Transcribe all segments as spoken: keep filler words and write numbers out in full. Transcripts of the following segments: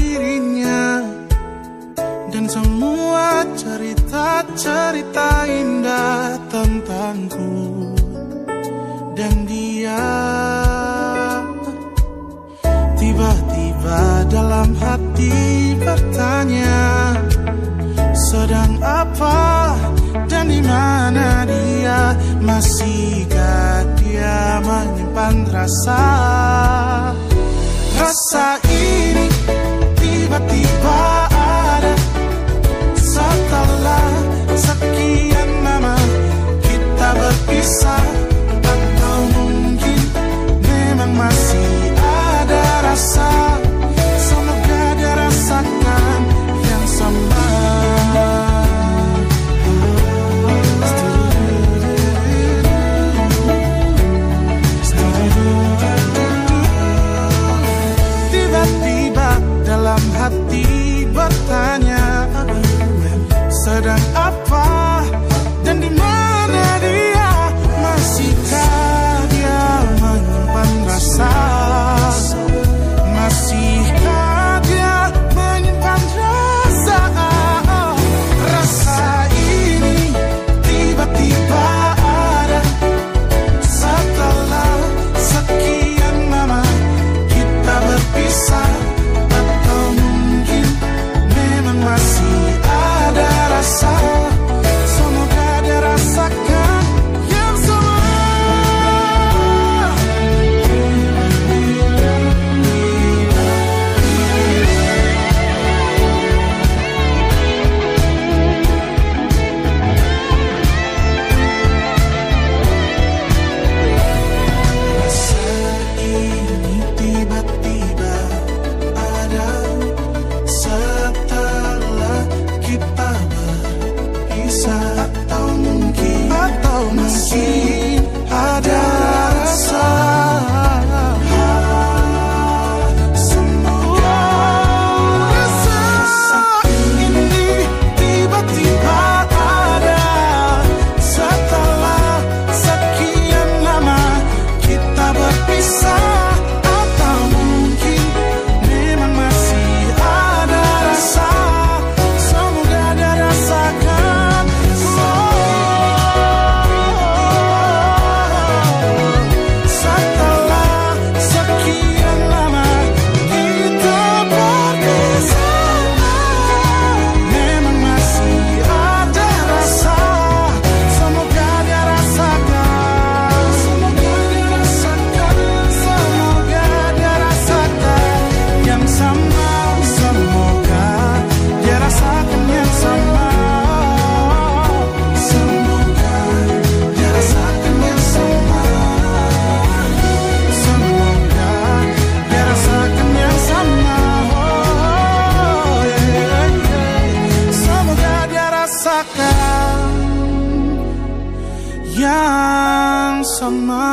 dirinya, dan semua cerita-cerita indah tentangku dan dia. Tiba-tiba dalam hati bertanya, sedang apa dan di mana dia? Masihkah dia menyimpan rasa? Rasa ini tiba-tiba ada setelah sekian lama kita berpisah. Atau mungkin memang masih ada rasa, semoga dia rasakan yang sama. Tiba-tiba dalam hati bertanya, sedang apa dan di mana dia? Masihkah dia menyimpan rasa? Masihkah dia menyimpan rasa? Rasa ini tiba-tiba ada setelah sekian lama kita berpisah. Atau mungkin memang masih ada rasa, semoga dia rasakan yang sama. Rasa ini tiba-tiba ada setelah kita berpisah. Atau mungkin Atau mungkin ada rasa, semoga rasa ini tiba-tiba ada setelah sekian lama kita berpisah. Atau mungkin memang masih ada rasa, semoga dia rasakan. Setelah sekian lama kita berpisah, memang masih ada rasa, semoga dia rasakan. Semoga dia rasakan, semoga dia rasakan yang sama. Semoga dia rasakan yang sama. Semoga dia rasakan yang sama. Semoga dia rasakan yang sama. Oh, yeah, yeah. Semoga dia rasakan yang sama.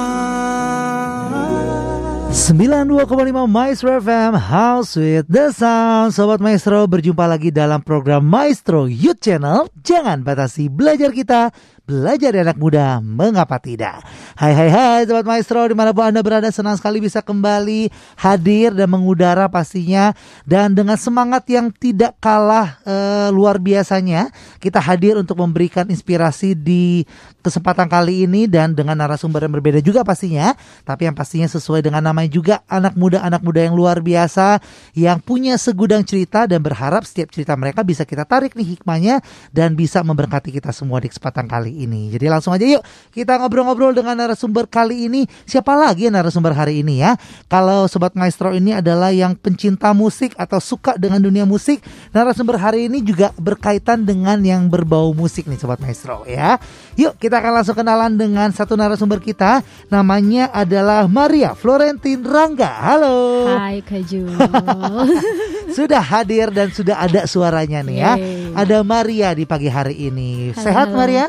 sembilan puluh dua koma lima Maestro F M, House with the Sound. Sobat Maestro, berjumpa lagi dalam program Maestro Youth Channel. Jangan batasi belajar kita, belajar anak muda, mengapa tidak? Hai hai hai Sobat Maestro, dimanapun Anda berada, senang sekali bisa kembali hadir dan mengudara pastinya. Dan dengan semangat yang tidak kalah uh, luar biasanya, kita hadir untuk memberikan inspirasi di kesempatan kali ini. Dan dengan narasumber yang berbeda juga pastinya, tapi yang pastinya sesuai dengan namanya juga, anak muda-anak muda yang luar biasa, yang punya segudang cerita, dan berharap setiap cerita mereka bisa kita tarik nih hikmahnya dan bisa memberkati kita semua di kesempatan kali ini. Jadi langsung aja yuk kita ngobrol-ngobrol dengan narasumber kali ini. Siapa lagi narasumber hari ini ya? Kalau Sobat Maestro ini adalah yang pencinta musik atau suka dengan dunia musik, narasumber hari ini juga berkaitan dengan yang berbau musik nih Sobat Maestro ya. Yuk kita akan langsung kenalan dengan satu narasumber kita. Namanya adalah Maria Florentin Rangga. Halo. Hai Kak Jul. Sudah hadir dan sudah ada suaranya nih ya. Yeay. Ada Maria di pagi hari ini. Halo, Sehat halo. Maria?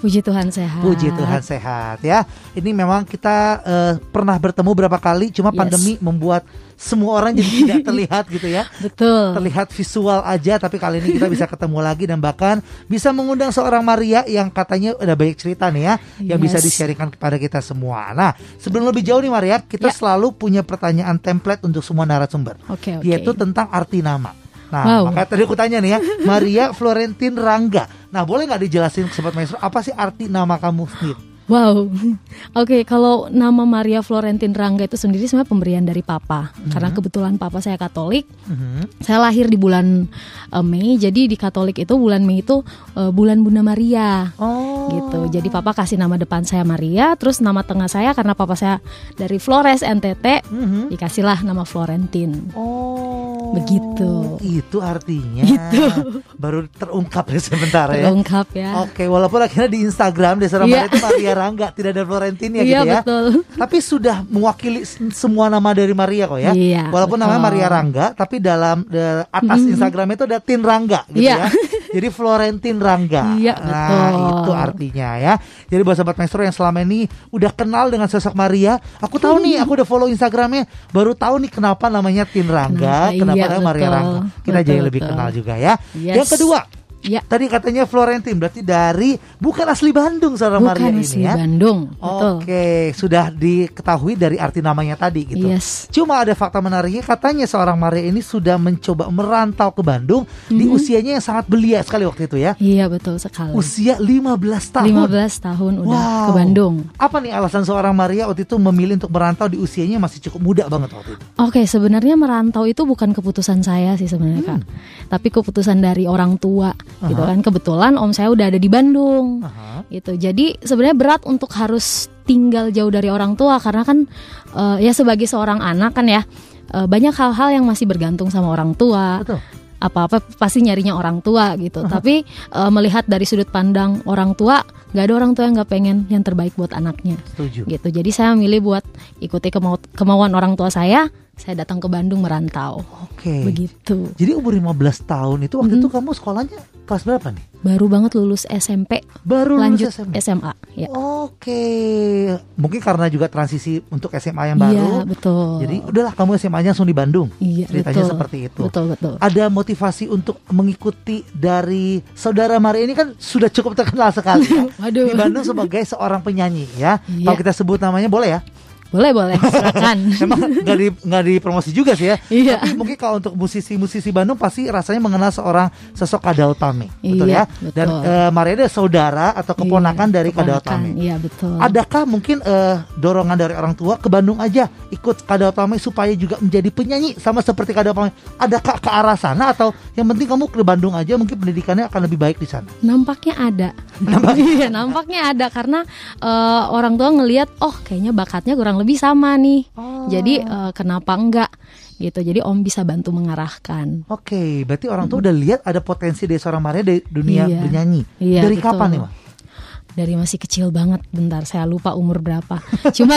Puji Tuhan sehat. Puji Tuhan sehat ya. Ini memang kita uh, pernah bertemu berapa kali, cuma Yes. pandemi membuat semua orang jadi tidak terlihat gitu ya. Betul. Terlihat visual aja, tapi kali ini kita bisa ketemu lagi dan bahkan bisa mengundang seorang Maria yang katanya udah banyak cerita nih ya, yang bisa Yes. di-sharingkan kepada kita semua. Nah, sebelum lebih jauh nih Maria, kita Ya. selalu punya pertanyaan template untuk semua narasumber, Oke, oke. yaitu tentang arti nama. Nah, Wow. makanya tadi aku tanya nih ya, Maria Florentin Rangga. Nah, boleh nggak dijelasin Sobat Maestro, apa sih arti nama kamu sendiri? Wow, oke, kalau nama Maria Florentin Rangga itu sendiri sebenarnya pemberian dari Papa. Karena kebetulan Papa saya Katolik, Mhm. saya lahir di bulan uh, Mei. Jadi di Katolik itu bulan Mei itu uh, bulan Bunda Maria. Oh. Gitu. Jadi Papa kasih nama depan saya Maria, terus nama tengah saya karena Papa saya dari Flores N T T, Mhm. dikasihlah nama Florentin. Oh. Begitu. Itu artinya. Gitu. Baru terungkap ya sebentar ya. Terungkap ya. Oke, walaupun akhirnya di Instagram di seorang Iya. Maria itu Maria Rangga, tidak ada Florentin ya Iya, gitu ya. betul. Tapi sudah mewakili s- semua nama dari Maria kok ya. Iya, Walaupun betul. namanya Maria Rangga, tapi dalam de- atas Instagram itu ada Tin Rangga gitu Iya. ya. Jadi Florentin Rangga. Iya, Nah, betul. itu artinya ya. Jadi buat Sobat Maestro yang selama ini udah kenal dengan sosok Maria, aku tahu nih, aku udah follow Instagramnya, baru tahu nih kenapa namanya Tin Rangga, Kenapa, kenapa iya, namanya Maria betul. Rangga. Kita Betul, jadi lebih betul. kenal juga ya. Yes. Yang kedua, Ya, tadi katanya Florentin, berarti dari bukan asli Bandung seorang Maria bukan ini asli ya. Bandung. Betul. Oke, sudah diketahui dari arti namanya tadi gitu. Yes. Cuma ada fakta menariknya, katanya seorang Maria ini sudah mencoba merantau ke Bandung di usianya yang sangat belia sekali waktu itu ya. Iya, betul sekali. Usia lima belas tahun. lima belas tahun udah Wow. ke Bandung. Apa nih alasan seorang Maria waktu itu memilih untuk merantau di usianya masih cukup muda banget waktu itu? Oke, sebenarnya merantau itu bukan keputusan saya sih sebenarnya Kak. Tapi keputusan dari orang tua gitu Aha. kan. Kebetulan om saya udah ada di Bandung. Aha. Gitu. Jadi sebenarnya berat untuk harus tinggal jauh dari orang tua karena kan eh, ya sebagai seorang anak kan ya eh, banyak hal-hal yang masih bergantung sama orang tua. Betul. Apa-apa pasti nyarinya orang tua gitu. Tapi eh, melihat dari sudut pandang orang tua, nggak ada orang tua yang nggak pengen yang terbaik buat anaknya. Setuju. Gitu. Jadi saya milih buat ikuti kemau- kemauan orang tua saya. Saya datang ke Bandung merantau. Oke. Begitu. Jadi umur lima belas tahun itu waktu itu kamu sekolahnya kelas berapa nih? Baru banget lulus S M P, Baru lanjut lulus S M A. S M A. Ya. Oke, mungkin karena juga transisi untuk S M A yang baru. Iya, betul. Jadi udahlah kamu S M A-nya langsung di Bandung. Iya, Ceritanya betul. seperti itu. Betul, betul. Ada motivasi untuk mengikuti dari saudara Maria ini kan sudah cukup terkenal sekali ya. Waduh. Di Bandung sebagai seorang penyanyi ya. Iya. Kalau kita sebut namanya boleh ya? Boleh, boleh. Silakan. Emang nggak di nggak dipromosi juga sih ya. Iya. Tapi mungkin kalau untuk musisi-musisi Bandung pasti rasanya mengenal seorang sosok Kada Utami, betul Iya, ya. Dan betul. eh, Maria ada saudara atau keponakan Iya, dari Kada keponakan. Utami. Iya, betul. Adakah mungkin eh, dorongan dari orang tua ke Bandung aja ikut Kada Utami supaya juga menjadi penyanyi sama seperti Kada Utami? Adakah ke arah sana atau yang penting kamu ke Bandung aja mungkin pendidikannya akan lebih baik di sana? Nampaknya ada. Iya, nampaknya ada karena eh, orang tua ngelihat, oh kayaknya bakatnya kurang lebih sama nih. Oh. Jadi eh, kenapa enggak? Gitu. Jadi Om bisa bantu mengarahkan. Oke, berarti orang tua udah lihat ada potensi dari seorang Maria dari dunia Iya. bernyanyi. Iya, dari betul. kapan nih, Wak? Dari masih kecil banget, bentar saya lupa umur berapa. Cuman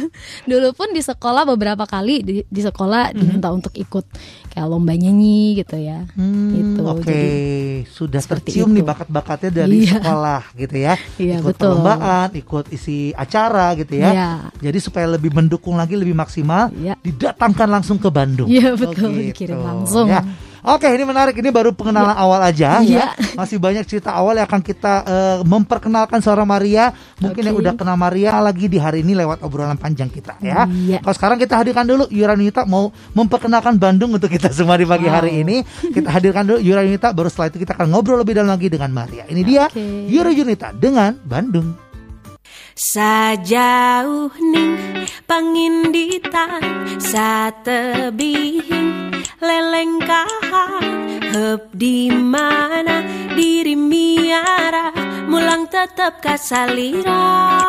dulu pun di sekolah beberapa kali di, di sekolah diminta untuk ikut kayak lomba nyanyi gitu ya. Hmm, Gitu. Oke, Jadi sudah seperti tercium itu. nih bakat-bakatnya dari Iya. sekolah gitu ya. Iya, Ikut betul. perlombaan, ikut isi acara gitu ya. Iya. Jadi supaya lebih mendukung lagi, lebih maksimal, Iya. didatangkan langsung ke Bandung. Iya, betul, Oh, gitu. dikirim langsung. Ya. Oke, ini menarik. Ini baru pengenalan awal aja ya. Iya. Masih banyak cerita awal yang akan kita eh, memperkenalkan seorang Maria. Mungkin Oke. yang udah kenal Maria lagi di hari ini lewat obrolan panjang kita ya. Iya. Kalau sekarang kita hadirkan dulu Yuranita mau memperkenalkan Bandung untuk kita semua di pagi Wow. hari ini. Kita hadirkan dulu Yuranita, baru setelah itu kita akan ngobrol lebih dalam lagi dengan Maria. Ini dia Oke. Yuranita dengan Bandung. Sajauh ning panginditan satebihing lelengkahan hep di mana diri miara mulang tetep kasalira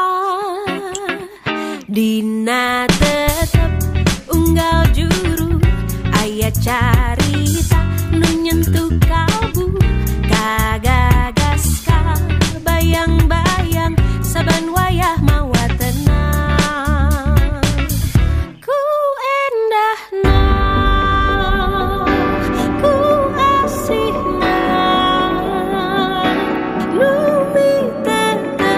dina tetep unggal juru aya carita nu nyentuh kalbu kagagas ka bayang-bayang saban wayah mawa tenang ku endahna ku asihna nu mitete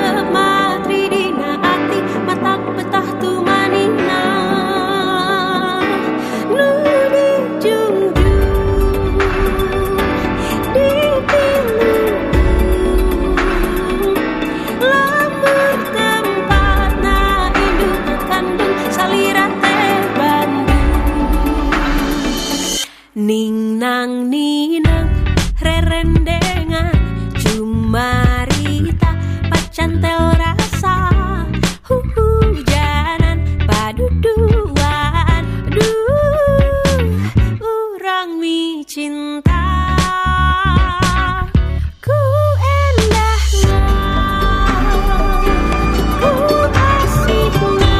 ning nang ninang rerendengan Jumarita pacantel rasa hujanan paduduan duh urang mi cinta ku endahna ku asikna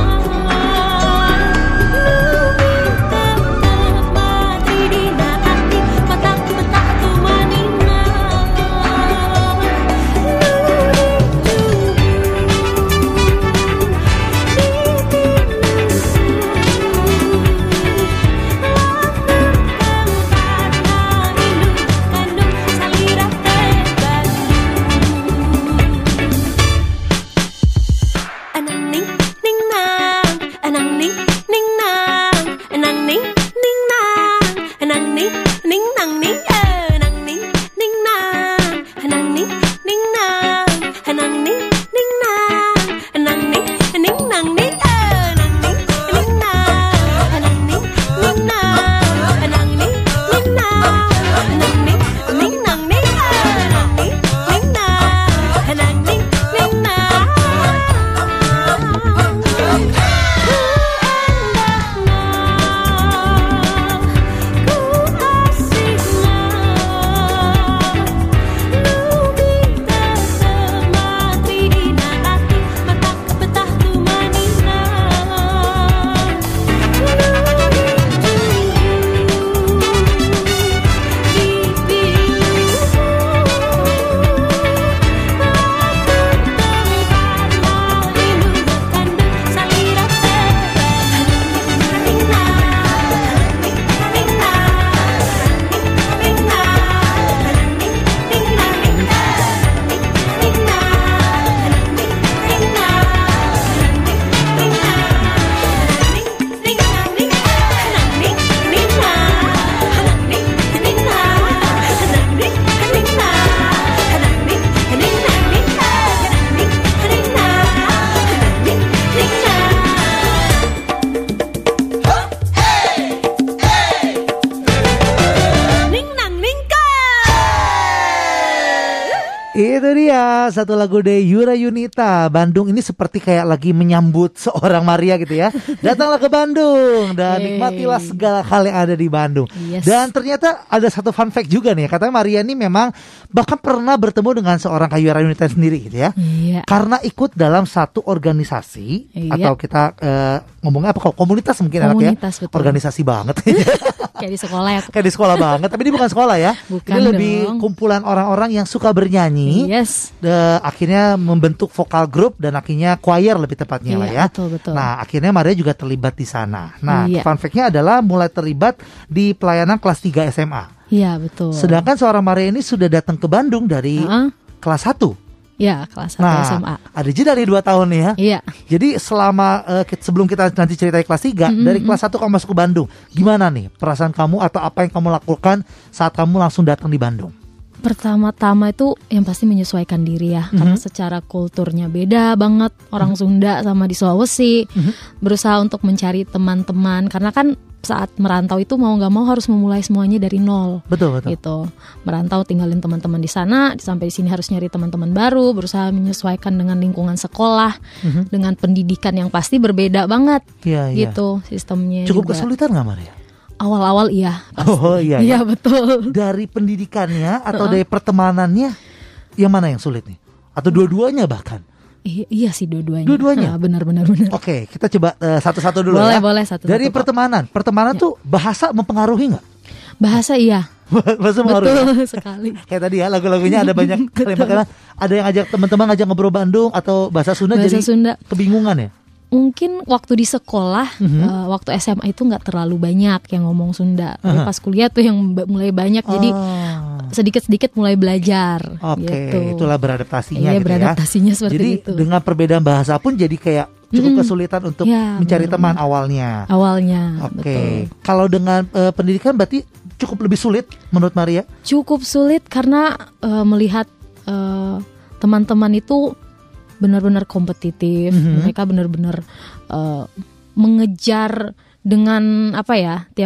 Itu dia satu lagu dari Yura Yunita. Bandung ini seperti kayak lagi menyambut seorang Maria gitu ya. Datanglah ke Bandung dan Yeay. nikmatilah segala hal yang ada di Bandung. Yes. Dan ternyata ada satu fun fact juga nih. Katanya Maria ini memang bahkan pernah bertemu dengan seorang kayak Yura Yunita sendiri gitu ya. Iya. Karena ikut dalam satu organisasi Iya. atau kita eh, ngomongnya apa kok komunitas mungkin anaknya. Komunitas, betul. Organisasi banget. Kayak di sekolah ya. Kayak di sekolah banget, tapi ini bukan sekolah ya. Bukan ini lebih dong. kumpulan orang-orang yang suka bernyanyi. Yes. De, akhirnya membentuk vokal grup dan akhirnya choir lebih tepatnya lah Iya, ya. betul, betul. Nah, akhirnya Maria juga terlibat di sana. Nah, Iya. fun fact-nya adalah mulai terlibat di pelayanan kelas tiga S M A. Iya, betul. Sedangkan seorang Maria ini sudah datang ke Bandung dari Heeh. kelas satu. Ya, kelas satu Nah, S M A. ada jeda dari dua tahun nih ya. Iya. Jadi selama eh, ki- sebelum kita nanti ceritain kelas tiga, Mm-mm. dari kelas satu kamu masuk ke Bandung. Gimana nih perasaan kamu atau apa yang kamu lakukan saat kamu langsung datang di Bandung? Pertama-tama itu yang pasti menyesuaikan diri ya, Mhm. karena secara kulturnya beda banget orang Sunda sama di Sulawesi. Mhm. Berusaha untuk mencari teman-teman karena kan saat merantau itu mau nggak mau harus memulai semuanya dari nol. Betul, betul. Gitu, merantau tinggalin teman-teman di sana, sampai di sini harus nyari teman-teman baru, berusaha menyesuaikan dengan lingkungan sekolah, Mhm. dengan pendidikan yang pasti berbeda banget. Iya, iya. Gitu sistemnya. Cukup juga. kesulitan nggak Maria? Awal-awal iya. Oh iya, Iya iya. betul. Dari pendidikannya atau Heeh. dari pertemanannya, yang mana yang sulit nih? Atau dua-duanya bahkan? Iya, iya sih dua-duanya. Dua-duanya? Nah, benar-benar benar. Oke, kita coba eh, satu-satu dulu Boleh, ya. boleh, satu-satu, Dari Pak. pertemanan, pertemanan Ya. tuh bahasa mempengaruhi nggak? Bahasa iya. Bahasa mempengaruhi. ya? Betul sekali. Kayak tadi ya lagu-lagunya ada banyak kalimat-kalimat. Ada yang ajak teman-teman ngajak ngobrol Bandung atau bahasa Sunda Bahasa jadi Sunda. kebingungan ya. Mungkin waktu di sekolah, Mhm. eh, waktu S M A itu nggak terlalu banyak yang ngomong Sunda. Tapi Aha. pas kuliah tuh yang ba- mulai banyak, jadi Ah. sedikit-sedikit mulai belajar. Oke, gitu. itulah beradaptasinya Iya, gitu beradaptasinya ya. seperti Jadi itu. dengan perbedaan bahasa pun jadi kayak cukup Mm-mm. kesulitan untuk Ya, mencari benar-benar. teman awalnya. Awalnya, Oke, betul. kalau dengan eh, pendidikan berarti cukup lebih sulit menurut Maria. Cukup sulit karena eh, melihat eh, teman-teman itu benar-benar kompetitif. Mhm. Mereka benar-benar eh, mengejar dengan apa ya, tiap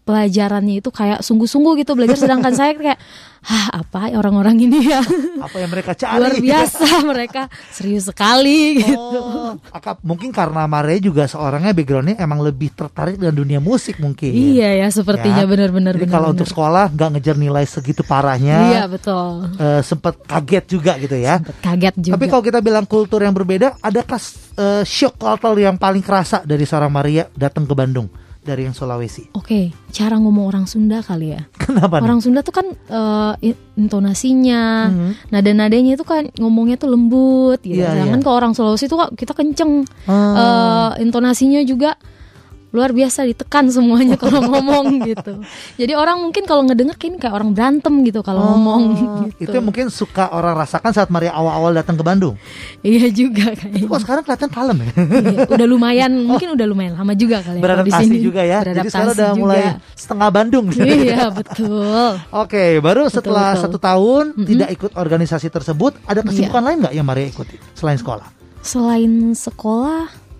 pelajarannya itu kayak sungguh-sungguh gitu belajar, sedangkan saya kayak hah apa orang-orang ini ya Apa yang mereka cari? luar biasa mereka serius sekali gitu. Oh, akap, mungkin karena Maria juga seorangnya backgroundnya emang lebih tertarik dengan dunia musik mungkin. Iya ya sepertinya Ya. benar-benar. Jadi benar, kalau benar. untuk sekolah nggak ngejar nilai segitu parahnya. Iya betul. eh, sempet kaget juga gitu ya. Kaget juga. Tapi kalau kita bilang kultur yang berbeda, adakah eh, shock culture yang paling kerasa dari seorang Maria datang ke Bandung dari yang Sulawesi? Oke, cara ngomong orang Sunda kali ya. Kenapa nih? Orang Sunda tuh kan eh, intonasinya, Mhm. nada-nadanya itu kan ngomongnya tuh lembut gitu. Iya, Sedangkan iya. kalau orang Sulawesi tuh kok kita kenceng. Ah. Eh, intonasinya juga luar biasa ditekan semuanya kalau ngomong gitu. Jadi orang mungkin kalau ngedenger kayak kayak orang berantem gitu kalau ngomong gitu. Itu yang mungkin suka orang rasakan saat Maria awal-awal datang ke Bandung. Iya juga kayaknya. Kok sekarang kelihatan kalem ya? Iya, udah lumayan, mungkin udah lumayan lama juga kali ya kalau di Beradaptasi sini. juga ya. Jadi Beradaptasi sekarang udah juga. mulai setengah Bandung. Iya betul. Oke, baru setelah betul. satu tahun Mm-mm. tidak ikut organisasi tersebut, ada kesibukan Iya. lain nggak yang Maria ikuti selain sekolah? Selain sekolah,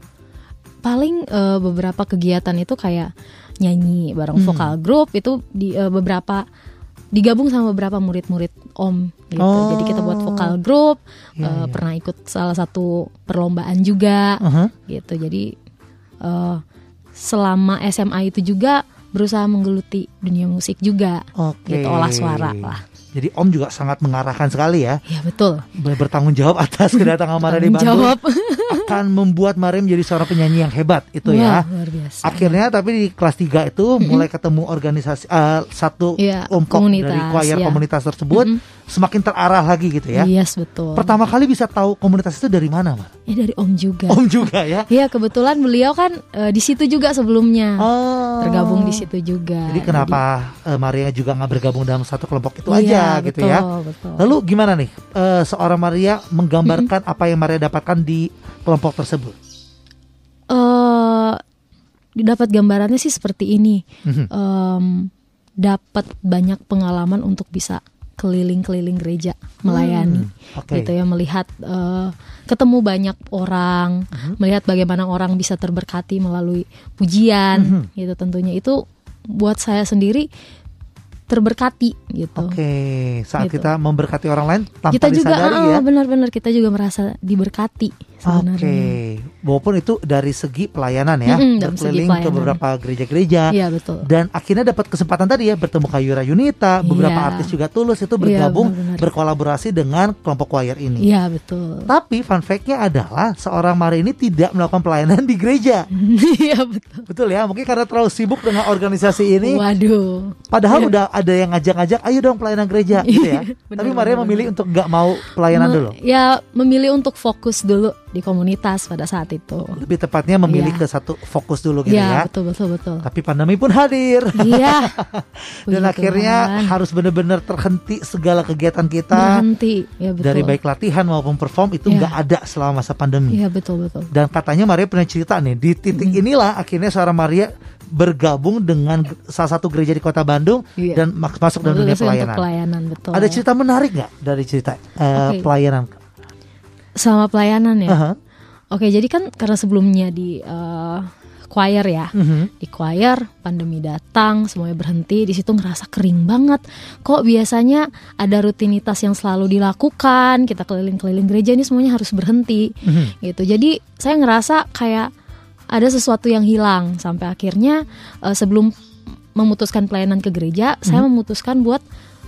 paling eh, beberapa kegiatan itu kayak nyanyi bareng Hmm. vokal group itu di eh, beberapa digabung sama beberapa murid-murid Om gitu. Oh. Jadi kita buat vokal group, Iya, eh, iya. pernah ikut salah satu perlombaan juga Uh-huh. gitu. Jadi eh, selama S M A itu juga berusaha menggeluti dunia musik juga. Oke. Gitu, olah suara lah. Jadi Om juga sangat mengarahkan sekali ya, Ya betul. ber- bertanggung jawab atas kedatangan Maria di Tanggung Bandung. jawab. Akan membuat Maria menjadi seorang penyanyi yang hebat itu ya. Wah, luar biasa. Akhirnya tapi di kelas tiga itu mulai ketemu organisasi eh, satu Iya, kelompok komunitas, dari choir ya. komunitas tersebut, semakin terarah lagi gitu ya. Yes betul. Pertama kali bisa tahu komunitas itu dari mana, Mar? Ya dari Om juga. Om juga ya. Iya kebetulan beliau kan eh, di situ juga sebelumnya. Oh. Tergabung di situ juga. Jadi kenapa eh, Maria juga nggak bergabung dalam satu kelompok itu Jadi- aja Iya, gitu betul, ya. betul. Lalu gimana nih eh, seorang Maria menggambarkan apa yang Maria dapatkan di kelompok tersebut? eh dapat gambarannya sih seperti ini. Mhm. Em, dapat banyak pengalaman untuk bisa keliling-keliling gereja melayani. Hmm, oke. Gitu ya, melihat eh, ketemu banyak orang, Mhm. melihat bagaimana orang bisa terberkati melalui pujian Mhm. gitu tentunya itu buat saya sendiri terberkati gitu. Oke, saat Gitu. kita memberkati orang lain tanpa Kita juga disadari ah, ya. benar-benar kita juga merasa diberkati sebenarnya. Oke, walaupun itu dari segi pelayanan ya, Mm-mm, dari segi berkeliling ke pelayanan. beberapa gereja-gereja. Iya betul. Dan akhirnya dapat kesempatan tadi ya bertemu Kayura Yunita, beberapa Iya. artis juga Tulus itu Iya, bergabung benar-benar. berkolaborasi dengan kelompok choir ini. Iya betul. Tapi fun fact-nya adalah seorang Maria ini tidak melakukan pelayanan di gereja. Iya betul. Betul ya, mungkin karena terlalu sibuk dengan organisasi ini. Waduh. Padahal udah ada yang ngajak-ngajak, ayo dong pelayanan gereja gitu ya. Benar, Tapi Maria benar, memilih untuk nggak mau pelayanan Me- dulu. Ya memilih untuk fokus dulu di komunitas pada saat itu. Lebih tepatnya memilih Iya. ke satu fokus dulu gitu Iya ya. betul betul betul. Tapi pandemi pun hadir. Iya. Dan Puji akhirnya Tuhan. harus benar-benar terhenti segala kegiatan kita. berhenti. Ya betul. Dari baik latihan maupun perform itu Iya. nggak ada selama masa pandemi. Iya betul betul. Dan katanya Maria pernah cerita nih, di titik inilah akhirnya seorang Maria bergabung dengan g- salah satu gereja di kota Bandung Iya. dan mak- masuk dalam dunia Betul, pelayanan. Untuk pelayanan betul. Ada cerita menarik nggak dari cerita eh, Oke. pelayanan? Selama pelayanan ya. Aha. Oke jadi kan karena sebelumnya di eh, choir ya. Mhm. Di choir pandemi datang semuanya berhenti, di situ ngerasa kering banget. Kok biasanya ada rutinitas yang selalu dilakukan, kita keliling-keliling gereja ini semuanya harus berhenti Mhm. gitu. Jadi saya ngerasa kayak ada sesuatu yang hilang sampai akhirnya eh, sebelum memutuskan pelayanan ke gereja, saya memutuskan buat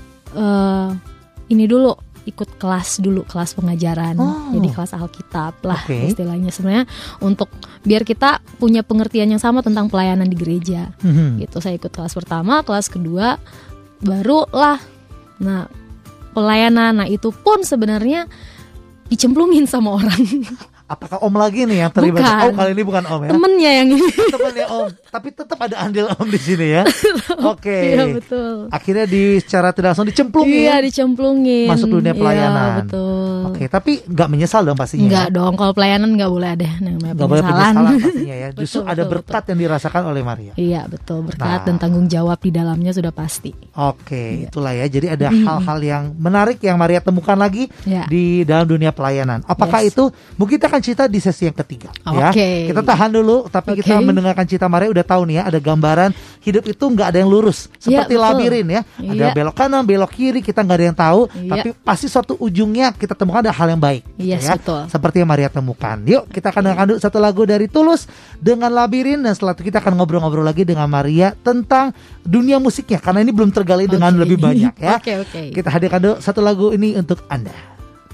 eh, ini dulu ikut kelas dulu, kelas pengajaran. Oh. Jadi kelas Alkitab lah Oke. istilahnya sebenarnya untuk biar kita punya pengertian yang sama tentang pelayanan di gereja. Mhm. Gitu. Saya ikut kelas pertama, kelas kedua barulah nah pelayanan. Nah, itu pun sebenarnya dicemplungin sama orang. Apakah Om lagi nih yang terlibat? Bukan. Oh kali ini bukan Om ya. Temennya yang ini. Temannya Om, tapi tetap ada andil Om di sini ya. Oke. Iya betul. Akhirnya di secara tidak langsung dicemplungin. Iya dicemplungin. Masuk dunia pelayanan. Iya betul. Oke, tapi nggak menyesal dong pastinya. Enggak ya? dong, kalau pelayanan nggak boleh ada namanya Nggak boleh penyesalan. penyesalan pastinya ya. Justru Betul, ada betul, berkat yang dirasakan oleh Maria. Iya betul, berkat Nah. dan tanggung jawab di dalamnya sudah pasti. Oke, itulah ya. Jadi ada hal-hal yang menarik yang Maria temukan lagi Ya. di dalam dunia pelayanan. Apakah Yes. itu mungkin kita akan akan cerita di sesi yang ketiga. Ya. Oke. Kita tahan dulu, tapi Oke. kita mendengarkan cerita Maria udah tahu nih ya, ada gambaran hidup itu nggak ada yang lurus, Iya, seperti betul. labirin ya. Ada Iya. belok kanan, belok kiri, kita nggak ada yang tahu, Iya. tapi pasti suatu ujungnya kita temukan ada hal yang baik. Yes, ya. betul. Seperti yang Maria temukan. Yuk kita akan dengarkan dulu satu lagu dari Tulus dengan Labirin, dan setelah itu kita akan ngobrol-ngobrol lagi dengan Maria tentang dunia musiknya, karena ini belum tergali dengan Oke. lebih banyak ya. Oke, oke. Kita hadirkan dulu satu lagu ini untuk Anda.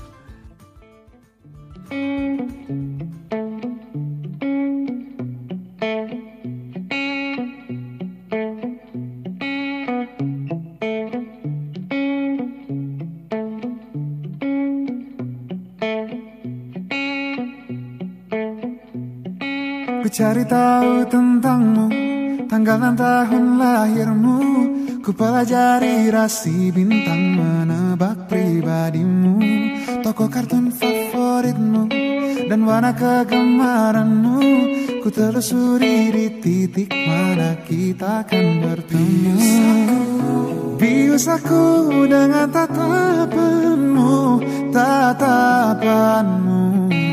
Ku cari tahu tentangmu, tanggal dan tahun lahirmu. Ku pelajari rasi bintang, menebak pribadimu, tokoh kartun favoritmu, dan warna kegemaranmu. Ku telusuri di titik mana kita akan bertemu. Bius aku dengan tatapanmu, tatapanmu.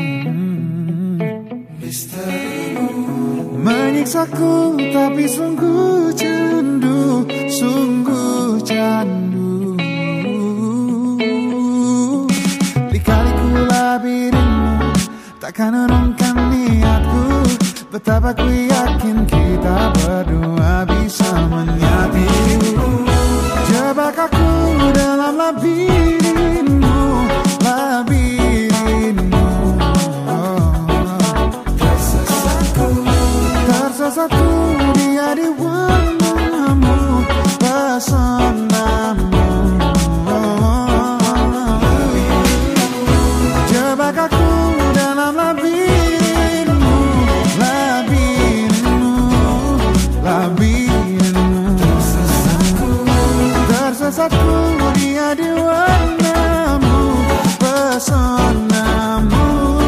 Menyiksaku tapi sungguh candu, sungguh candu. Lika-liku labirinmu takkan urungkan niatku. Betapa ku yakin kita berdua bisa menyatu. Jebak aku dalam labirinmu, labirinmu. Tersesatku dia di warnamu, pesonamu. Jebak aku dalam labirinmu, labirinmu, labirinmu. Tersesatku dia di warnamu, pesonamu.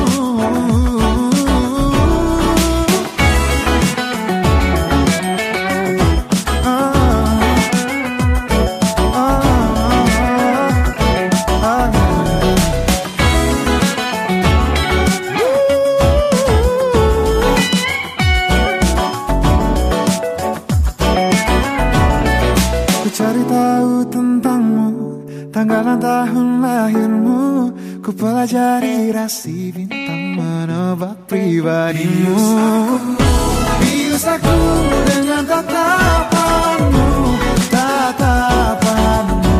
Cari tahu tentangmu, tanggal dan tahun lahirmu. Ku pelajari rasi bintang, menebak pribadimu. Bius aku dengan tatapanmu, tatapanmu.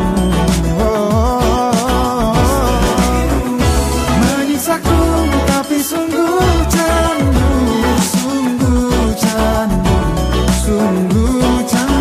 Oh, menyiksaku tapi sungguh candu, sungguh candu, sungguh candu.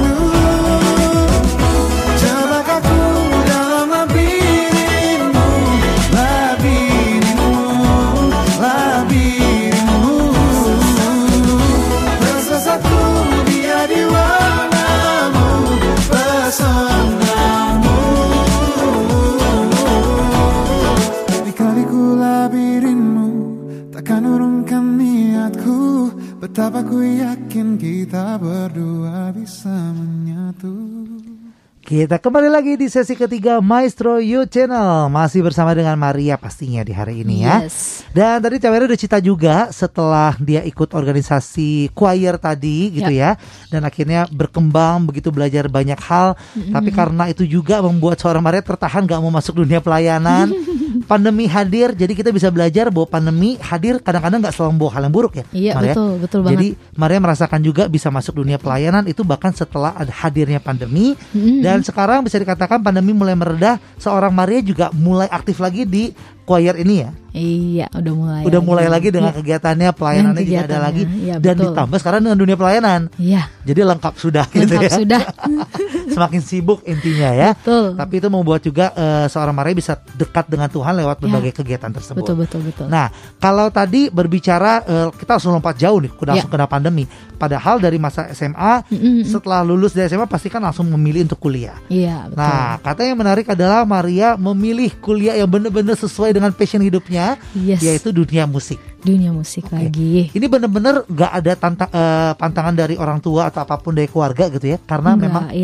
Betapa ku yakin kita berdua bisa menyatu. Kita kembali lagi di sesi ketiga Maestro You Channel. Masih bersama dengan Maria pastinya di hari ini ya. Yes. Dan tadi Cawera udah cerita juga setelah dia ikut organisasi choir tadi gitu ya. Dan akhirnya berkembang begitu, belajar banyak hal. Mm-hmm. Tapi karena itu juga membuat seorang Maria tertahan gak mau masuk dunia pelayanan. Pandemi hadir, jadi kita bisa belajar bahwa pandemi hadir kadang-kadang gak selalu membawa hal yang buruk ya. Iya, Maria. betul, betul banget. Jadi Maria merasakan juga bisa masuk dunia pelayanan itu bahkan setelah ada hadirnya pandemi. Mm-hmm. Dan sekarang bisa dikatakan pandemi mulai meredah, seorang Maria juga mulai aktif lagi di choir ini ya. Iya, udah mulai. Udah mulai lagi ya. dengan kegiatannya, pelayanannya juga ada kegiatannya, lagi. iya, Dan betul. ditambah sekarang dengan dunia pelayanan. Iya. Jadi lengkap sudah gitu Lengkap ya. sudah. Semakin sibuk intinya ya. Betul. Tapi itu membuat juga uh, seorang Maria bisa dekat dengan Tuhan lewat berbagai Ya. kegiatan tersebut. Betul, betul, betul. Nah, kalau tadi berbicara uh, kita langsung lompat jauh nih, udah langsung Ya. kena pandemi. Padahal dari masa S M A, Mm-mm. setelah lulus dari S M A pasti kan langsung memilih untuk kuliah. Iya, betul. Nah, kata yang menarik adalah Maria memilih kuliah yang benar-benar sesuai dengan passion hidupnya, Yes. yaitu dunia musik. Dunia musik Oke. lagi. Ini benar-benar gak ada tanta- eh, pantangan dari orang tua atau apapun dari keluarga gitu ya, karena Enggak, memang iya. suka dengan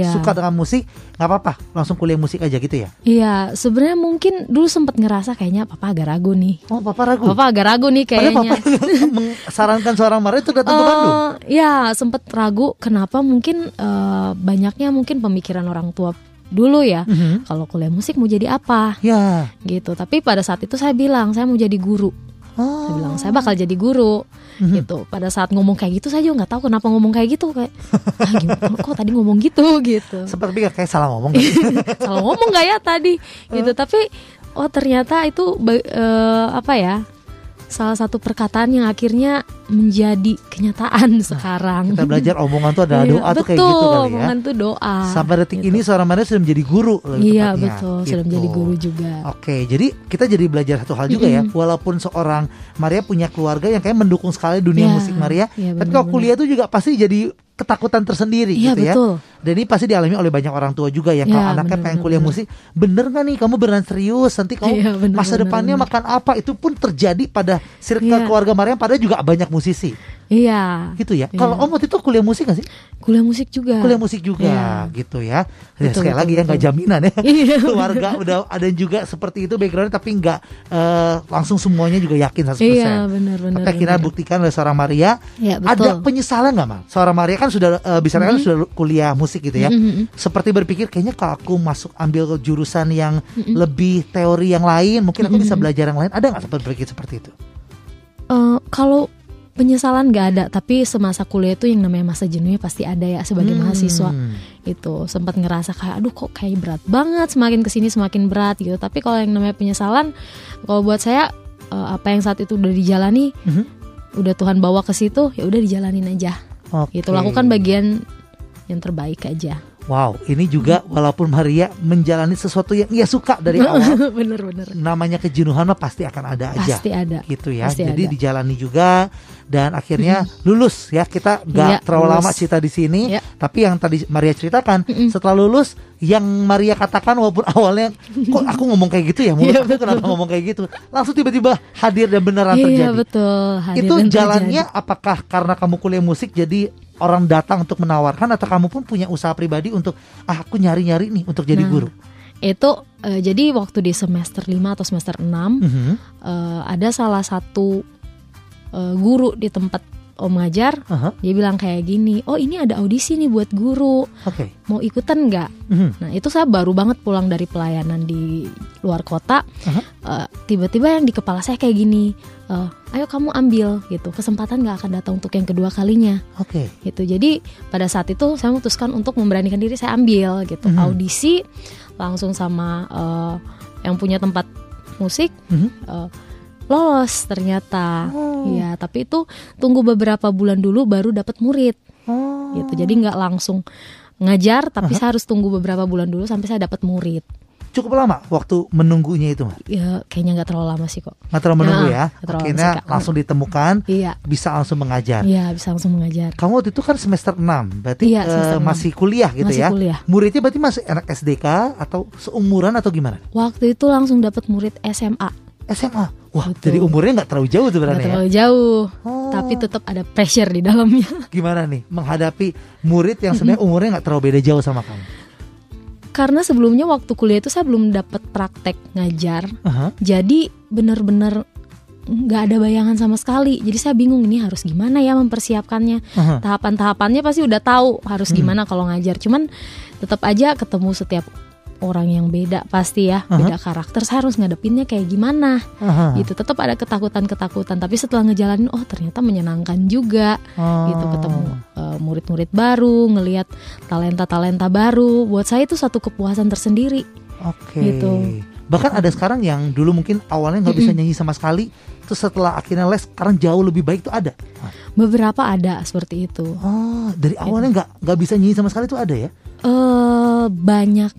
suka musik, nggak apa-apa, langsung kuliah musik aja gitu ya? Iya, sebenarnya mungkin dulu sempat ngerasa kayaknya papa agak ragu nih. Oh, papa ragu? Papa agak ragu nih Padahal kayaknya. papa mengsarankan seorang Maria itu datang ke Bandung. Eh, ya, sempat ragu kenapa mungkin eh, banyaknya mungkin pemikiran orang tua dulu ya. Mhm. Kalau kuliah musik mau jadi apa? Ya. Gitu. Tapi pada saat itu saya bilang saya mau jadi guru. Oh. Saya bilang saya bakal jadi guru. Mhm. Gitu. Pada saat ngomong kayak gitu saya juga nggak tahu kenapa ngomong kayak gitu kayak ah, gimana, kok tadi ngomong gitu gitu. Sempat pikir kayak salah ngomong. Gak? Salah ngomong nggak ya tadi gitu. Tapi oh ternyata itu ba- eh, apa ya? Salah satu perkataan yang akhirnya menjadi kenyataan sekarang. Kita belajar omongan tuh ada Iya, doa tuh kayak betul, gitu kali ya. omongan tuh doa. Sampai detik gitu. ini seorang Maria sudah menjadi guru. lebih Iya tepatnya, betul, sudah gitu. menjadi guru juga. Oke, jadi kita jadi belajar satu hal juga ya. Walaupun seorang Maria punya keluarga yang kayak mendukung sekali dunia Iya, musik Maria, iya, tapi kalau benar-benar. kuliah itu juga pasti jadi ketakutan tersendiri Iya, gitu ya. betul. Dan ini pasti dialami oleh banyak orang tua juga yang Iya, kalau anaknya benar, pengen benar, kuliah benar. musik, bener nggak nih kamu beneran serius? Nanti kamu Iya, benar, masa benar, depannya benar. makan apa? Itu pun terjadi pada circle Iya. keluarga Maria, padahal juga banyak musisi. Iya. Gitu ya. Iya. Kalau Om waktu itu kuliah musik nggak sih? Kuliah musik juga. Kuliah musik juga Iya. gitu ya. Ya, Betul, sekali betul, lagi ya nggak betul. jaminan ya. Iya, Keluarga udah ada juga seperti itu background tapi nggak eh, langsung semuanya juga yakin seratus persen. Iya, benar-benar. Tapi akhirnya buktikan oleh seorang Maria. Iya, Ada betul. penyesalan nggak Mal? Seorang Maria kan sudah eh, bisa kan sudah kuliah musik gitu ya. Mhm. Seperti berpikir kayaknya kalau aku masuk ambil jurusan yang lebih teori yang lain, mungkin aku bisa belajar yang lain. Ada nggak sempat berpikir seperti itu? Eh, kalau penyesalan nggak ada, tapi semasa kuliah itu yang namanya masa jenuhnya pasti ada ya sebagai Hmm. mahasiswa. Itu sempat ngerasa kayak aduh kok kayak berat banget, semakin kesini semakin berat gitu. Tapi kalau yang namanya penyesalan, kalau buat saya eh, apa yang saat itu udah dijalani, Mhm. udah Tuhan bawa ke situ, ya udah dijalanin aja. Oke. Gitu, lakukan bagian yang terbaik aja. Wow, ini juga walaupun Maria menjalani sesuatu yang ia suka dari awal, Bener-bener. namanya kejenuhan mah pasti akan ada aja. Pasti ada. Gitu ya. Pasti Jadi ada. dijalani juga dan akhirnya lulus ya. Kita nggak Iya, terlalu lulus. lama cerita di sini, Iya. tapi yang tadi Maria ceritakan setelah lulus yang Maria katakan walaupun awalnya kok aku ngomong kayak gitu ya, mulut Iya, aku kenapa ngomong kayak gitu, langsung tiba-tiba hadir dan beneran Iya terjadi. betul. hadir Itu dan jalannya terjadi. apakah karena kamu kuliah musik jadi orang datang untuk menawarkan atau kamu pun punya usaha pribadi untuk ah aku nyari-nyari nih untuk jadi Nah, guru? Itu eh, jadi waktu di semester lima atau semester enam Mhm. eh, ada salah satu eh, guru di tempat Om ngajar, Aha, dia bilang kayak gini, oh ini ada audisi nih buat guru, Oke. mau ikutan nggak? Mhm. Nah itu saya baru banget pulang dari pelayanan di luar kota, Aha. Eh, tiba-tiba yang di kepala saya kayak gini, eh, ayo kamu ambil gitu, kesempatan nggak akan datang untuk yang kedua kalinya. Oke. Gitu. Jadi pada saat itu saya memutuskan untuk memberanikan diri, saya ambil gitu Mhm. audisi langsung sama eh, yang punya tempat musik, Mhm. eh, lolos ternyata. Oh. Ya tapi itu tunggu beberapa bulan dulu baru dapat murid Oh. gitu. Jadi nggak langsung ngajar, tapi saya harus tunggu beberapa bulan dulu sampai saya dapat murid. Cukup lama waktu menunggunya itu, Mas? Ya kayaknya nggak terlalu lama sih kok. Nggak terlalu menunggu Nah, ya. nggak terlalu Akhirnya lama sih, Kak. langsung ditemukan, Iya, bisa langsung mengajar. iya bisa langsung mengajar. Kamu waktu itu kan semester enam, berarti Iya, semester eh, enam. masih kuliah gitu Masih ya. kuliah. Muridnya berarti masih anak S D K atau seumuran atau gimana? Waktu itu langsung dapat murid S M A. S M A. Wah, Betul. jadi umurnya nggak terlalu jauh Nggak sebenarnya ya. terlalu jauh, Oh. tapi tetap ada pressure di dalamnya. Gimana nih menghadapi murid yang sebenarnya umurnya nggak terlalu beda jauh sama kamu? Karena sebelumnya waktu kuliah itu saya belum dapat praktek ngajar, Aha. jadi benar-benar nggak ada bayangan sama sekali. Jadi saya bingung ini harus gimana ya mempersiapkannya. Aha. Tahapan-tahapannya pasti udah tahu harus gimana kalau ngajar. Cuman tetap aja ketemu setiap orang yang beda pasti ya, beda karakter. Saya harus ngadepinnya kayak gimana. Aha. Gitu. Tetap ada ketakutan-ketakutan. Tapi setelah ngejalanin, oh ternyata menyenangkan juga. Oh. Gitu, ketemu uh, murid-murid baru, ngelihat talenta-talenta baru. Buat saya itu satu kepuasan tersendiri. Oke. Gitu. Bahkan ada sekarang yang dulu mungkin awalnya nggak bisa nyanyi sama sekali, terus setelah akhirnya les sekarang jauh lebih baik tuh ada. Beberapa ada seperti itu. Oh, dari awalnya nggak nggak bisa nyanyi sama sekali tuh ada ya? Eh banyak,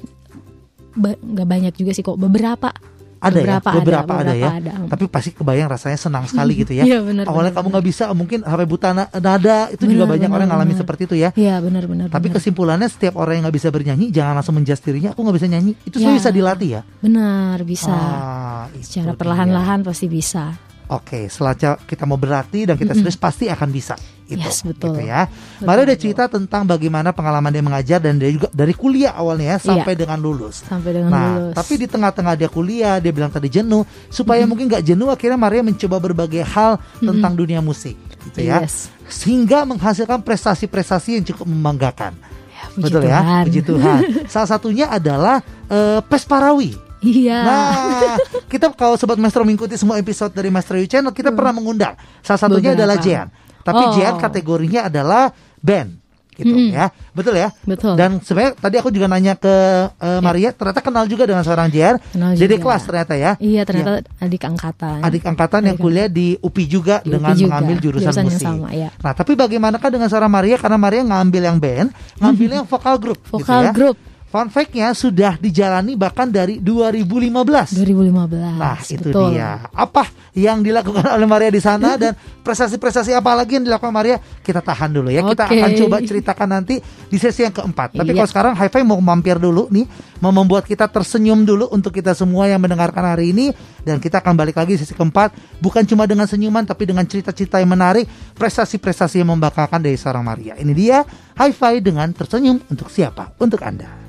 ba- nggak banyak juga sih kok. Beberapa. Ada beberapa ya, beberapa ada, ada ya. beberapa ada. Tapi pasti kebayang rasanya senang sekali gitu ya. Iya, benar, Awalnya benar, kamu nggak bisa, mungkin sampai buta na- nada itu juga Benar, banyak benar, orang ngalamin benar. seperti itu ya. Iya benar-benar. Tapi kesimpulannya setiap orang yang nggak bisa bernyanyi jangan langsung menjudge dirinya. Aku nggak bisa nyanyi. Itu semua Ya. bisa dilatih ya. benar bisa. Ah, itu Secara dia. perlahan-lahan pasti bisa. Oke, setelah kita mau berlatih dan kita serius pasti akan bisa. itu. Yes, betul. Gitu ya. Betul, Maria udah betul. cerita tentang bagaimana pengalaman dia mengajar dan dia juga dari kuliah awalnya ya, sampai Iya. dengan lulus. Sampai dengan Nah, lulus. tapi di tengah-tengah dia kuliah, dia bilang tadi jenuh. Supaya mungkin nggak jenuh, akhirnya Maria mencoba berbagai hal tentang dunia musik, gitu ya. Yes. Sehingga menghasilkan prestasi-prestasi yang cukup membanggakan. Puji Betul ya, Tuhan. puji Tuhan. Salah satunya adalah eh, Pesparawi. Iya. Nah, kita kalau Sobat Maestro mengikuti semua episode dari Maestro You Channel, kita pernah mengundang. Salah satunya Beberapa. adalah Jean. Tapi Oh. Jean kategorinya adalah band. Gitu Mm-mm. ya. Betul ya? Betul. Dan sebenarnya tadi aku juga nanya ke eh, Maria, ternyata kenal juga dengan seorang Jean. Kenal Jadi juga. kelas ternyata ya. Iya, ternyata adik angkatan. Adik angkatan yang Adik kuliah di U P I juga Di U P I dengan juga, mengambil jurusan, jurusan yang musik. sama, ya. Nah, tapi bagaimanakah dengan seorang Maria, karena Maria ngambil yang band, ngambil yang vokal group gitu Vokal ya. group. Fun fact-nya sudah dijalani bahkan dari dua ribu lima belas. dua ribu lima belas. Nah, itu betul. dia. Apa yang dilakukan oleh Maria di sana dan prestasi-prestasi apa lagi yang dilakukan Maria? Kita tahan dulu ya. Kita Oke. akan coba ceritakan nanti di sesi yang keempat. Tapi Iya. kalau sekarang Hi-Fi mau mampir dulu nih, mau membuat kita tersenyum dulu untuk kita semua yang mendengarkan hari ini, dan kita akan balik lagi di sesi keempat, bukan cuma dengan senyuman tapi dengan cerita-cerita yang menarik, prestasi-prestasi yang membanggakan dari seorang Maria. Ini dia Hi-Fi dengan tersenyum untuk siapa? Untuk Anda.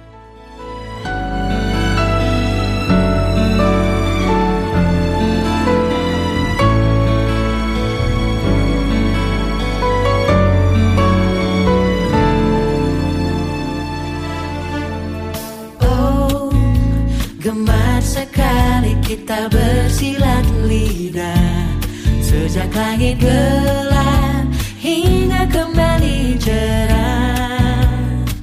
Oh, gemar sekali kita bersilat lidah sejak langit gelap hingga kembali cerah.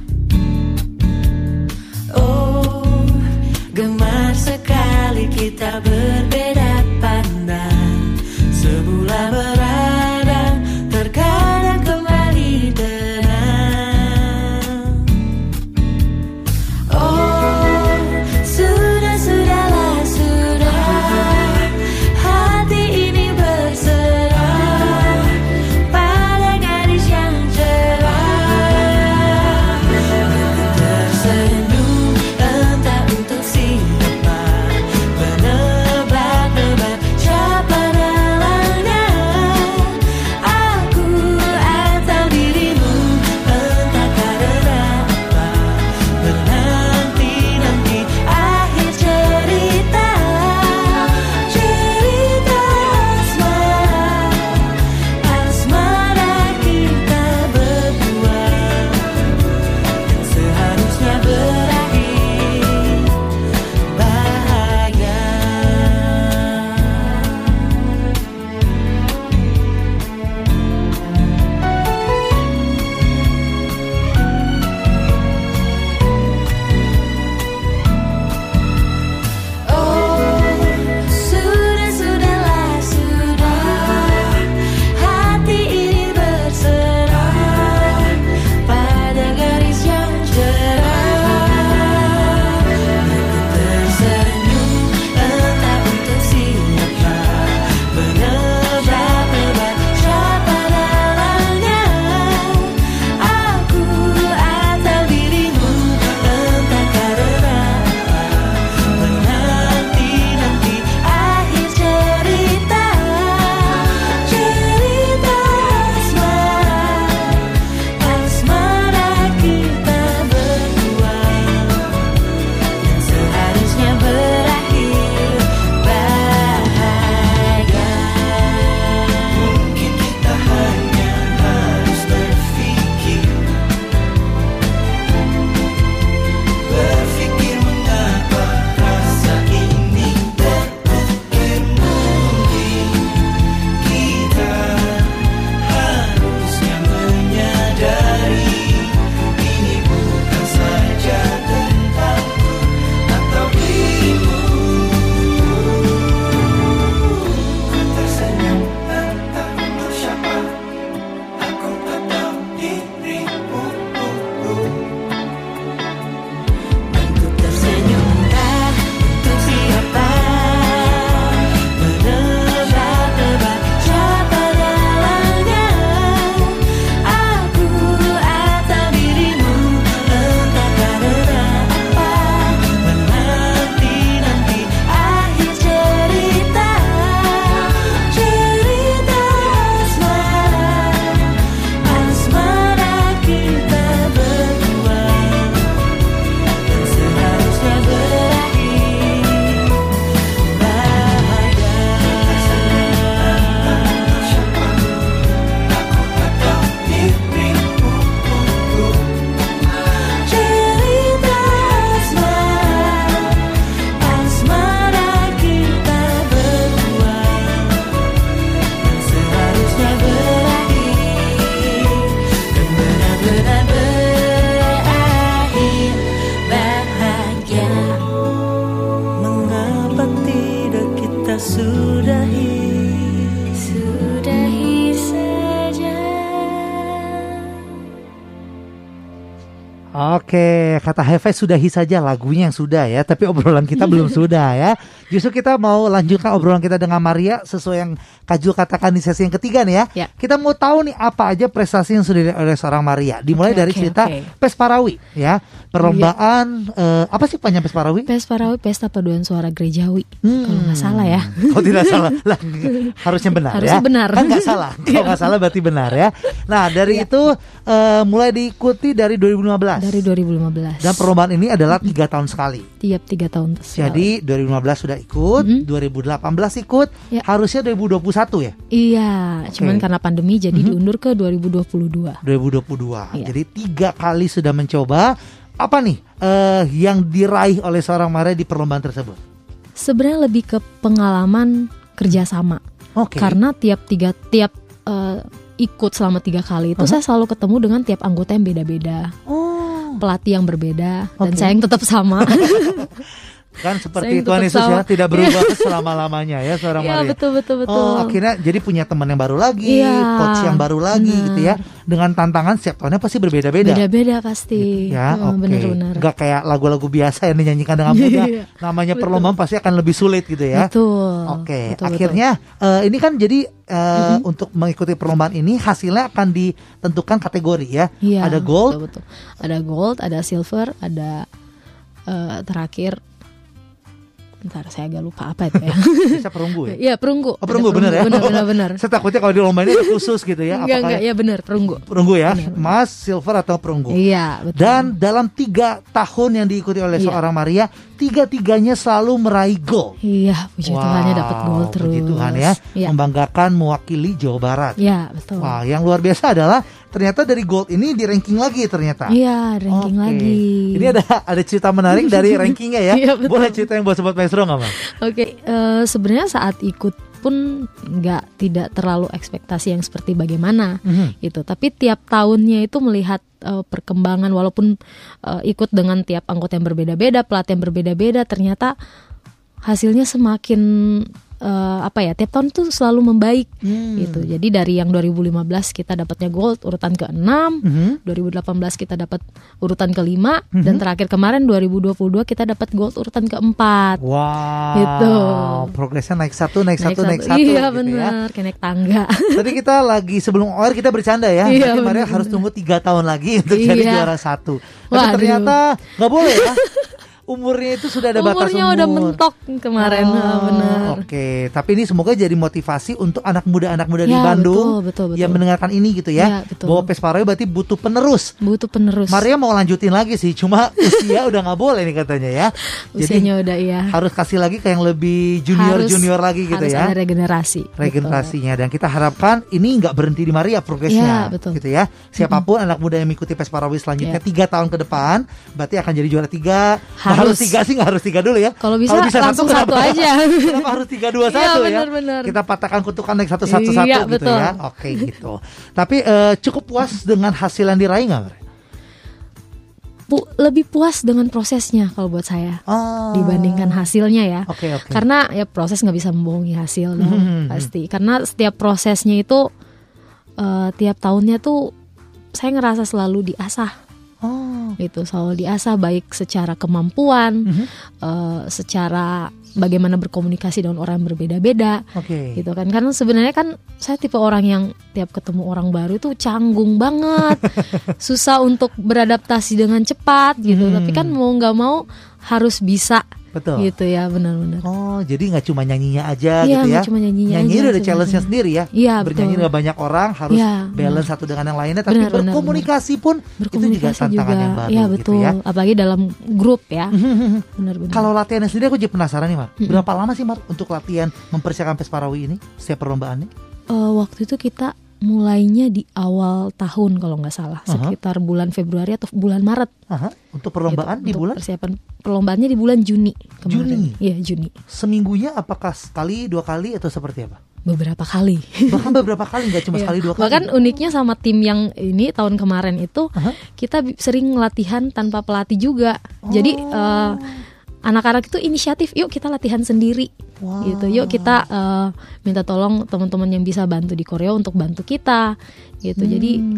Oh, gemar sekali kita berbeda pandang, semula beradang terkadang kembali tenang. Oh, sudah, sudahlah, sudah, hati ini berserah pada gadis yang cerah. Oke, kata Hefe sudahi saja lagunya yang sudah ya, tapi obrolan kita belum sudah ya. Justru kita mau lanjutkan obrolan kita dengan Maria sesuai yang Kak Jul katakan di sesi yang ketiga nih ya. Ya. Kita mau tahu nih apa aja prestasi yang sudah diraih oleh seorang Maria. Dimulai Oke, dari oke, cerita oke. Pesparawi ya. Perlombaan eh, apa sih panjang Pesparawi? Pesparawi Pesta Paduan Suara Gerejawi. Hmm. Kalau nggak salah ya. Oh tidak salah lah, harusnya benar Harusnya ya. benar. Kan nggak salah. Kalau nggak salah berarti benar ya. Nah dari itu eh, mulai diikuti dari dua ribu lima belas. Dari dua ribu lima belas. Dan perlombaan ini adalah tiga tahun sekali. Tiap tiga tahun sekali. Jadi dua ribu lima belas sudah ikut, Mhm. dua ribu delapan belas ikut, Ya. harusnya dua ribu dua puluh satu ya. Iya, cuman karena pandemi jadi Mhm. diundur ke dua ribu dua puluh dua. dua ribu dua puluh dua. Iya. Jadi tiga kali sudah mencoba. Apa nih eh, yang diraih oleh seorang Maria di perlombaan tersebut? Sebenarnya lebih ke pengalaman kerjasama. Oke. Karena tiap tiga tiap eh, ikut selama tiga kali itu Uh-huh. saya selalu ketemu dengan tiap anggota yang beda-beda, Oh, pelatih yang berbeda, dan Oke. saya yang tetap sama. kan Saya seperti yang Tuhan tetap Yesus ya, sama. tidak berubah selama-lamanya ya seorang Iya Maria. betul betul betul. Oh, akhirnya jadi punya teman yang baru lagi, Iya, coach yang baru lagi benar. gitu ya. Dengan tantangan setiap tahunnya pasti berbeda-beda. Beda-beda pasti. Ya, Hmm, oke. benar-benar. Gak kayak lagu-lagu biasa yang dinyanyikan dengan mudah. Iya, Namanya betul. perlombaan pasti akan lebih sulit gitu ya. Betul. Oke, betul, akhirnya eh, ini kan jadi eh, Mhm. untuk mengikuti perlombaan ini hasilnya akan ditentukan kategori ya. betul. Iya, Ada gold, betul, betul. Ada gold, ada silver, ada eh, terakhir. Bentar, saya agak lupa apa itu ya. bisa perunggu ya. Iya, perunggu. Oh, perunggu, Ada bener ya? Benar benar benar. Saya takutnya kalau di lomba ini ada khusus gitu ya. Enggak Apakah enggak, ya benar, perunggu. perunggu ya, Benar, benar. emas, silver atau perunggu. Iya, betul. Dan dalam tiga tahun yang diikuti oleh Iya. seorang Maria, tiga-tiganya selalu meraih gold. Iya, puji Tuhannya dapat gold terus. Puji Tuhan ya, Iya. membanggakan mewakili Jawa Barat. Iya, betul. Wah, yang luar biasa adalah ternyata dari gold ini di ranking lagi ternyata. Iya, ranking Oke. lagi. Ini ada ada cerita menarik dari rankingnya ya. Iya, betul. Boleh cerita yang buat sobat maestro nggak, Mas? Oke, eh, sebenarnya saat ikut pun nggak tidak terlalu ekspektasi yang seperti bagaimana Mhm. gitu. Tapi tiap tahunnya itu melihat eh, perkembangan, walaupun eh, ikut dengan tiap anggota yang berbeda-beda, pelatih yang berbeda-beda, ternyata hasilnya semakin eh, apa ya? Tiap tahun tuh selalu membaik Hmm. gitu. Jadi dari yang dua ribu lima belas kita dapatnya gold urutan keenam, Mhm. dua ribu delapan belas kita dapat urutan kelima, Mhm. dan terakhir kemarin dua ribu dua puluh dua kita dapat gold urutan keempat. Wow. Gitu. Progresnya naik satu, naik, satu, naik satu. Iya gitu ya. benar, kayak naik tangga. Tadi kita lagi sebelum O R kita bercanda ya. Iya, Nanti Maria bener, harus bener. tunggu tiga tahun lagi untuk Iya. jadi juara satu. Tapi Waduh. ternyata nggak boleh ya. Umurnya itu sudah ada batas Umurnya umur. udah mentok kemarin, Oh, nah, benar. Oke, tapi ini semoga jadi motivasi untuk anak muda-anak muda di Ya, Bandung betul, betul, betul. yang mendengarkan ini gitu ya. Ya, betul. Bahwa Pesparawi berarti butuh penerus. Butuh penerus. Maria mau lanjutin lagi sih, cuma usia udah nggak boleh nih katanya ya. Usianya udah iya. harus kasih lagi ke yang lebih junior Harus- junior lagi gitu harus ya. ada regenerasi. Regenerasinya, dan kita harapkan ini nggak berhenti di Maria progresnya Ya, betul. gitu ya. Siapapun anak muda yang mengikuti Pesparawi selanjutnya Ya. tiga tahun ke depan berarti akan jadi juara tiga. Nggak Harus. harus tiga sih, nggak harus tiga dulu ya. Kalau bisa langsung satu kenapa? aja. Kenapa harus tiga dua Iya, satu ya? bener-bener. Kita patahkan kutukan naik satu satu satu Iya, gitu betul. ya. Oke gitu. Tapi eh, cukup puas dengan hasil yang diraih nggak, Maria? Pu- lebih puas dengan prosesnya kalau buat saya Oh. dibandingkan hasilnya ya. Oke oke. Karena ya proses nggak bisa membohongi hasil dong, Mhm. pasti. Karena setiap prosesnya itu eh, tiap tahunnya tuh saya ngerasa selalu diasah. Oh. Itu selalu diasah, baik secara kemampuan, Mhm. eh, secara bagaimana berkomunikasi dengan orang yang berbeda-beda, Oke. gitu kan. Karena sebenarnya kan saya tipe orang yang tiap ketemu orang baru itu canggung banget, susah untuk beradaptasi dengan cepat, gitu. Hmm. Tapi kan mau nggak mau harus bisa, Betul. gitu ya, benar-benar. Oh, jadi nggak cuma nyanyinya aja Iya, gitu ya? nggak cuma nyanyinya Nyanyi aja udah ada sebenarnya. challenge-nya sendiri ya. Iya, Bernyanyi betul. nggak banyak orang, harus Iya, balance satu dengan yang lainnya. Tapi Benar, benar, berkomunikasi pun itu juga Berkomunikasi tantangan juga, yang baru ya gitu betul. ya. Apalagi dalam grup ya, benar-benar. Kalau latihannya sendiri aku jadi penasaran nih, Mar. Mm-mm. Berapa lama sih, Mar, untuk latihan mempersiapkan Pesparawi ini setiap perlombaannya? Eh, waktu itu kita mulainya di awal tahun kalau nggak salah, Aha. sekitar bulan Februari atau bulan Maret. Aha, untuk perlombaan Gitu, di untuk bulan persiapan perlombaannya di bulan Juni kemarin. Juni? Iya, Juni. seminggunya apakah sekali, dua kali atau seperti apa? Beberapa kali. Bahkan beberapa kali, nggak cuma Iya. sekali dua kali. Bahkan uniknya sama tim yang ini tahun kemarin itu Aha. kita bi- sering latihan tanpa pelatih juga. Jadi Oh. eh, anak-anak itu inisiatif, yuk kita latihan sendiri. Wow. Gitu. Yuk kita eh, minta tolong teman-teman yang bisa bantu di koreo untuk bantu kita. Gitu. Jadi Hmm.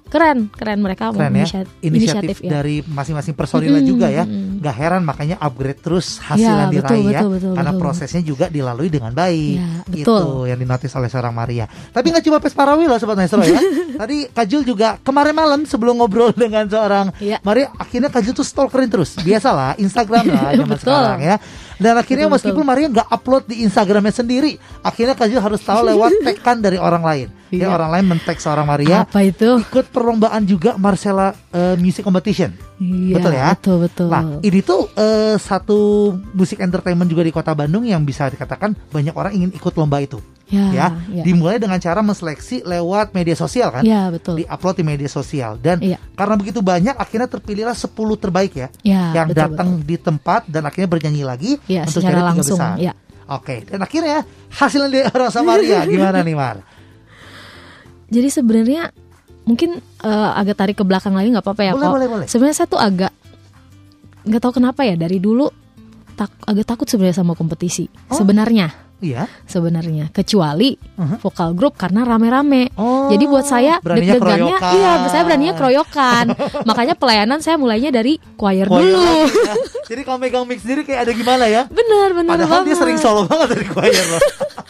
keren, keren mereka mau Keren ya, inisiat- inisiatif ya. dari masing-masing personilnya Mm-mm, juga ya. mm-mm. Gak heran makanya upgrade terus hasil Ya, yang betul, diraih ya. betul, betul, Karena betul. prosesnya juga dilalui dengan baik. Ya, Itu betul. yang dinotis oleh seorang Maria. Tapi gak cuma Pesparawi loh Sobat Maestro ya. Tadi Kak Jul juga kemarin malam sebelum ngobrol dengan seorang Ya. Maria, akhirnya Kak Jul tuh stalkerin terus. Biasalah Instagram lah zaman Betul. sekarang ya. Dan akhirnya Betul, meskipun betul. Maria gak upload di Instagramnya sendiri, akhirnya Kak Jul harus tahu lewat tag-an dari orang lain. Ya, Iya. orang lain men-tag seorang Maria. Apa itu? Ikut perlombaan juga Marcella eh, Music Competition. Iya, Betul ya? Betul, betul. Nah, ini tuh eh, satu musik entertainment juga di Kota Bandung yang bisa dikatakan banyak orang ingin ikut lomba itu. ya, Ya, ya. dimulai dengan cara menseleksi lewat media sosial kan? Ya, betul. Di-upload di media sosial dan Iya. karena begitu banyak akhirnya terpilihlah sepuluh terbaik ya, Ya, yang betul, datang di tempat dan akhirnya bernyanyi lagi Ya, untuk secara jadi tiga langsung, besar. ya. Oke, dan akhirnya hasilnya dari orang Samaria gimana nih Mar? Jadi sebenarnya mungkin eh, agak tarik ke belakang lagi nggak apa-apa ya Boleh, kok. boleh, boleh. Sebenarnya saya tuh agak nggak tahu kenapa ya dari dulu tak, agak takut sebenarnya sama kompetisi. Oh. Sebenarnya, Iya. sebenarnya kecuali Uh-huh. vokal grup karena rame-rame. Oh, Jadi buat saya beraninya deg-degannya, keroyokan. iya saya beraninya keroyokan. Makanya pelayanan saya mulainya dari choir Choir dulu. lagi ya. Jadi kalau megang mic sendiri kayak ada gimana ya? Bener, bener Padahal banget. dia sering solo banget dari choir loh.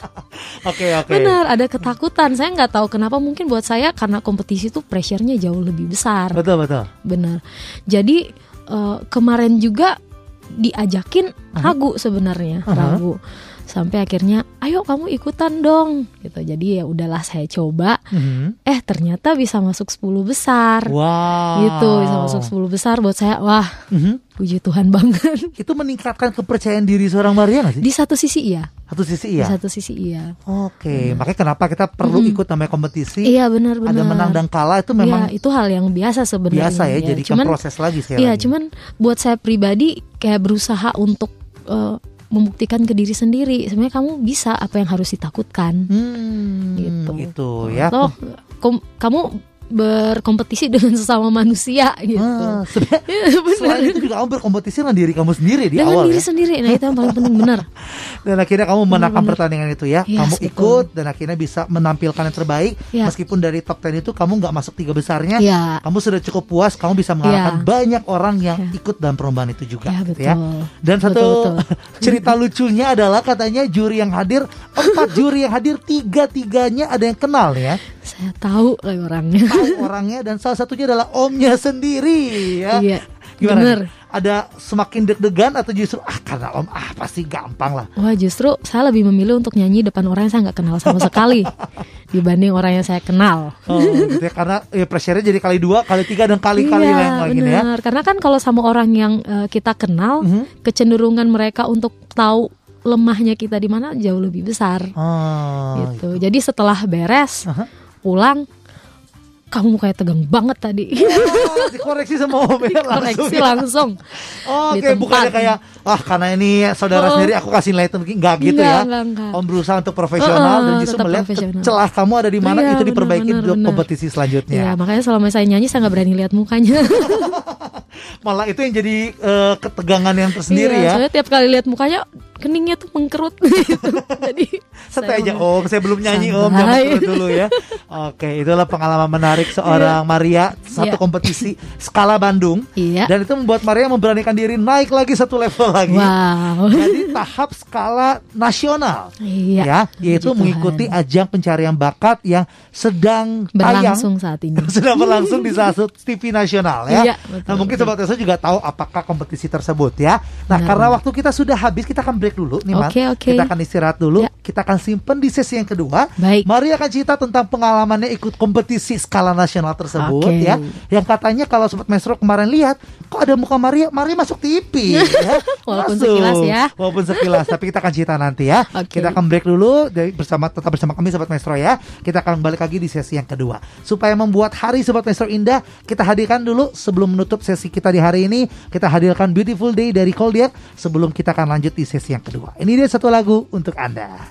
Oke, oke. Bener, ada ketakutan. Saya nggak tahu kenapa, mungkin buat saya karena kompetisi tuh pressure-nya jauh lebih besar. Betul, betul. Bener. Jadi eh, kemarin juga diajakin ragu sebenarnya, Uh-huh. ragu. Sampai akhirnya, ayo kamu ikutan dong, gitu. Jadi ya udahlah saya coba. Mhm. Eh ternyata bisa masuk sepuluh besar. Wow. Gitu, bisa masuk sepuluh besar. Buat saya, wah, Mhm. puji Tuhan banget. Itu meningkatkan kepercayaan diri seorang Maria nggak sih? Di satu sisi iya, Satu sisi di iya. satu sisi iya. Oke, makanya kenapa kita perlu Mhm. ikut namanya kompetisi? Iya benar-benar. Ada menang dan kalah itu memang Iya, itu hal yang biasa sebenarnya. biasa ya, jadi cuman, proses lagi sekali Iya, lagi. cuman buat saya pribadi kayak berusaha untuk eh, membuktikan ke diri sendiri. Sebenarnya kamu bisa, apa yang harus ditakutkan. Hmm, Gitu. Itu ya. Loh, kom- kamu berkompetisi dengan sesama manusia gitu. Ah, sebenarnya Bener. selain itu juga kamu berkompetisi dengan diri kamu sendiri di Dengan awal diri ya. sendiri. Nah, itu yang paling penting, benar. Dan akhirnya kamu menangkan Bener-bener. pertandingan itu ya. Yes, Kamu betul. ikut dan akhirnya bisa menampilkan yang terbaik. Ya. Meskipun dari top sepuluh itu kamu nggak masuk tiga besarnya, Ya. kamu sudah cukup puas. Kamu bisa mengalahkan Ya. banyak orang yang Ya. ikut dalam perlombaan itu juga. Ya, gitu betul. ya. Dan satu Betul, betul. cerita lucunya adalah katanya juri yang hadir, empat juri yang hadir, tiga-tiganya ada yang kenal ya. Saya tahu lah orangnya. Tahu orangnya dan salah satunya adalah omnya sendiri ya. Iya. Gimana? Bener. nih? Ada semakin deg-degan atau justru ah karena om ah pasti gampang lah. Wah, justru saya lebih memilih untuk nyanyi depan orang yang saya nggak kenal sama sekali dibanding orang yang saya kenal. Oh, gitu ya, karena ya, pressure-nya jadi kali dua, kali tiga dan kali-kali Iya, yang lagi nih ya. benar. Karena kan kalau sama orang yang eh, kita kenal, Mhm. kecenderungan mereka untuk tahu lemahnya kita di mana jauh lebih besar. Oh, Gitu. Jadi setelah beres, Aha. pulang, kamu kayak tegang banget tadi. Oh, dikoreksi sama om ya langsung. Koreksi ya. langsung. Oh, Di Oke, tempat. bukannya kayak ah karena ini saudara Oh. sendiri aku kasih nilai tinggi, enggak gitu Enggak, ya. enggak, enggak. Om berusaha untuk profesional Oh, dan justru tetap melihat profesional. celah kamu ada di mana Iya, itu diperbaiki benar, untuk benar. kompetisi selanjutnya. Iya, makanya selama saya nyanyi saya nggak berani lihat mukanya. Malah itu yang jadi eh, ketegangan yang tersendiri Iya, ya. soalnya tiap kali lihat mukanya keningnya tuh mengkerut gitu. Jadi Santai aja saya om, saya belum nyanyi om, Santai. jangan turun dulu ya. Oke, itulah pengalaman menarik seorang Maria satu Iya. kompetisi skala Bandung. Iya. Dan itu membuat Maria memberanikan diri naik lagi satu level lagi. Wow. Jadi tahap skala nasional. Iya. Ya, yaitu Puji mengikuti Tuhan. ajang pencarian bakat yang sedang tayang Berlangsung saat ini. sedang berlangsung di salah satu T V nasional ya. Iya, betul, nah mungkin betul. Sobat Teso juga tahu apakah kompetisi tersebut ya. Nah Benar, karena benar. waktu kita sudah habis, kita akan break dulu nih Mar. Oke, oke. Kita akan istirahat dulu. Ya. Kita akan simpen di sesi yang kedua. Baik. Mari akan cerita tentang pengalamannya ikut kompetisi skala nasional tersebut Oke. ya. Yang katanya kalau Sobat Maestro kemarin lihat, kok ada muka Maria, Maria masuk T V ya. Walaupun Masuk. sekilas ya. Walaupun sekilas, tapi kita akan cerita nanti ya. Oke. Kita akan break dulu dari bersama tetap bersama kami Sobat Maestro ya. Kita akan balik lagi di sesi yang kedua. Supaya membuat hari Sobat Maestro indah, kita hadirkan dulu sebelum menutup sesi kita di hari ini, kita hadirkan Beautiful Day dari Koldiak sebelum kita akan lanjut di sesi yang kedua. Ini dia satu lagu untuk Anda.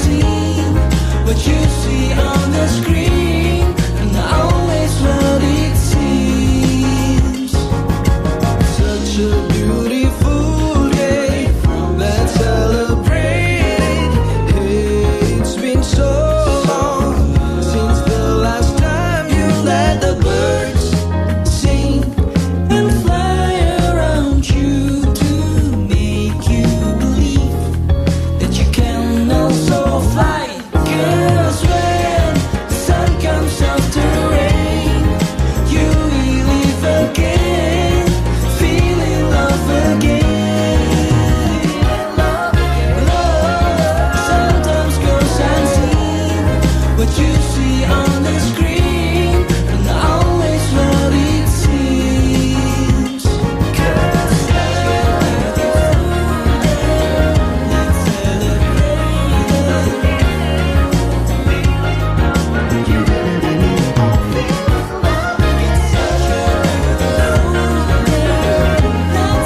seen what you see on the screen, and always what it seems. Such a beautiful day, let's celebrate. It's been so long since the last time you let the birds sing and fly around you to make you believe that you can also fly. 'Cause when the sun comes after rain, you will live again, feeling love again. Love sometimes goes unseen, what you see on the screen, and always what it seems. 'Cause such a beautiful day, let's celebrate. You really all feel love. It's such a beautiful day, let's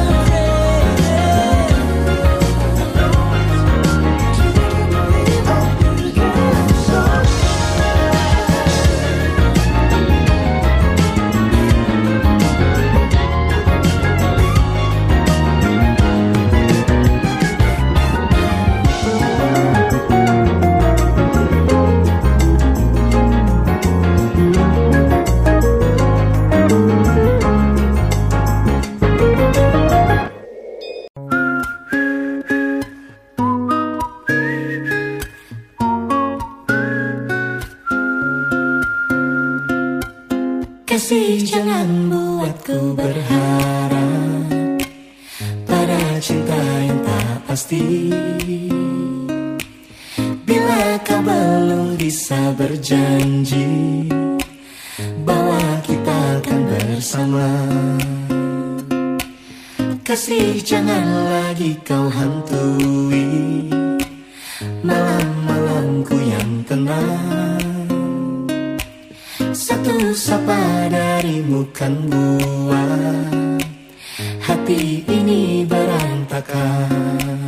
kasih, jangan buatku berharap pada cinta yang tak pasti. Bila kau belum bisa berjanji bahwa kita akan bersama, kasih, jangan lagi kau hantui malam-malamku yang tenang. Satu sapa darimu kan buat hati ini berantakan.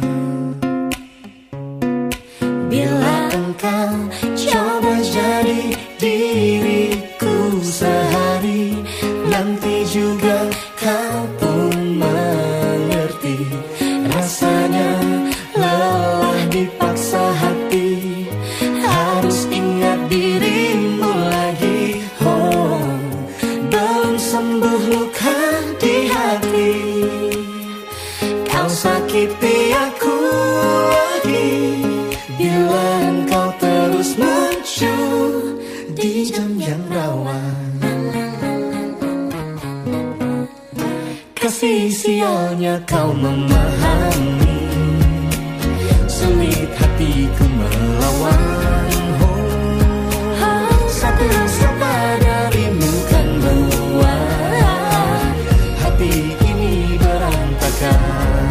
Bila engkau coba jadi diriku sehari, nanti juga kau pun mengerti rasanya lelah dipaksa hati. Harus ingat dirimu lagi. Oh, belum sembuh luka di hati. Kau sakiti aku lagi. Bila engkau terus muncul di jam yang rawan, kasih, sialnya kau memahami. Sulit hatiku melawan. Oh, satu sapa darimu kan buat hati ini berantakan.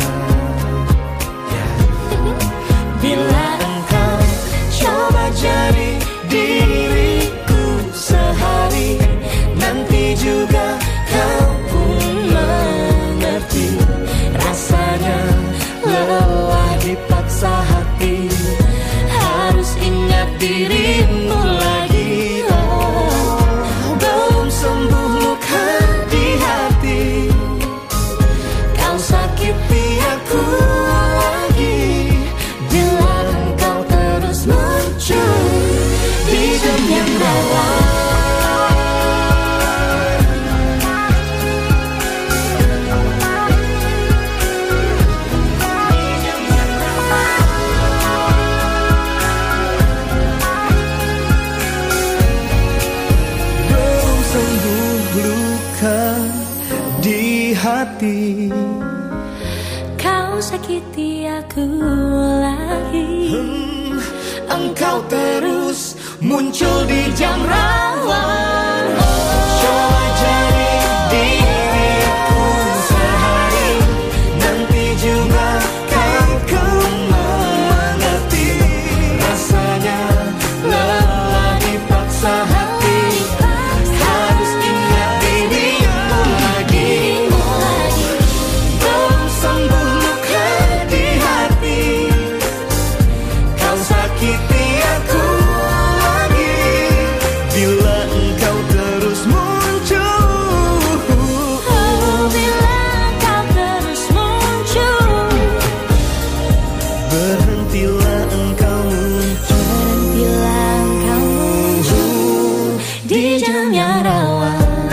Bila engkau coba jadi diriku sehari, nanti juga kau pun mengerti rasanya lelah dipaksa hati. Harus ingat dirimu lagi. Oh, belum sembuh luka di hati. Kau sakiti aku lagi. Bila engkau terus muncul di jam yang rawan. Belum sembuh luka di hati. Kau sakiti aku lagi. Hmm, engkau terus muncul di jam rawan. Coba jadi diriku sehari, nanti juga kau kau mengerti rasanya lelah dipaksa hati. Harus ingat dirimu lagi. Belum sembuh luka di hati. Kau sakiti sakiti aku lagi bila engkau terus muncul. Oh, bila kau terus muncul, Berhentilah engkau muncul berhentilah engkau muncul di jamnya rawan.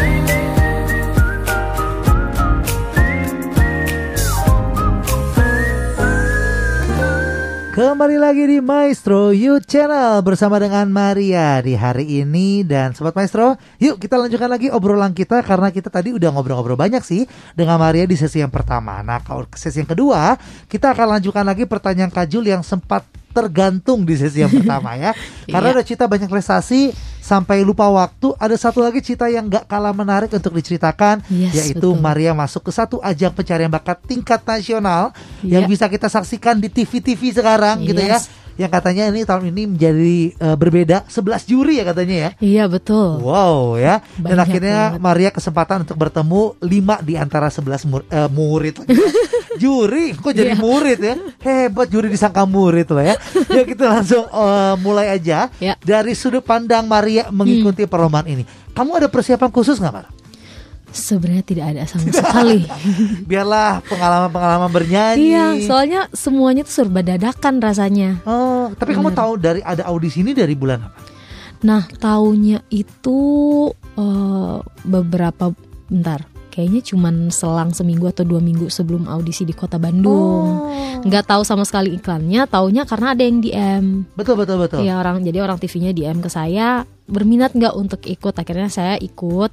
Kembali lagi di Maestro Youth Channel bersama dengan Maria di hari ini. Dan Sobat Maestro, yuk kita lanjutkan lagi obrolan kita, karena kita tadi udah ngobrol-ngobrol banyak sih dengan Maria di sesi yang pertama. Nah, kalau sesi yang kedua kita akan lanjutkan lagi pertanyaan Kajul yang sempat tergantung di sesi yang pertama ya. Karena Iya. udah cerita banyak prestasi sampai lupa waktu. Ada satu lagi cerita yang gak kalah menarik untuk diceritakan, Yes, yaitu betul. Maria masuk ke satu ajang pencarian bakat tingkat nasional yang Iya. bisa kita saksikan di T V-T V sekarang gitu ya. Yes. Yang katanya ini tahun ini menjadi eh, berbeda, sebelas juri ya katanya ya. Iya betul. Wow ya. Dan Banyak akhirnya banget. Maria kesempatan untuk bertemu lima di antara sebelas mur- eh, murid lagi. Juri, kok jadi Iya. murid ya? Hebat, juri disangka murid loh ya. Yuk kita langsung eh, mulai aja Ya. dari sudut pandang Maria mengikuti perlombaan ini. Kamu ada persiapan khusus nggak, Mar? Sebenarnya tidak ada sama sekali. Biarlah pengalaman-pengalaman bernyanyi. Iya, soalnya semuanya tuh serba dadakan rasanya. Oh, tapi kamu Bener. tahu dari ada audisi ini dari bulan apa? Nah, taunya itu eh, beberapa bentar. Kayaknya cuman selang seminggu atau dua minggu sebelum audisi di Kota Bandung. Oh. Nggak tahu sama sekali iklannya, taunya karena ada yang D M. Betul betul betul. Iya, orang jadi orang T V-nya D M ke saya, berminat nggak untuk ikut. Akhirnya saya ikut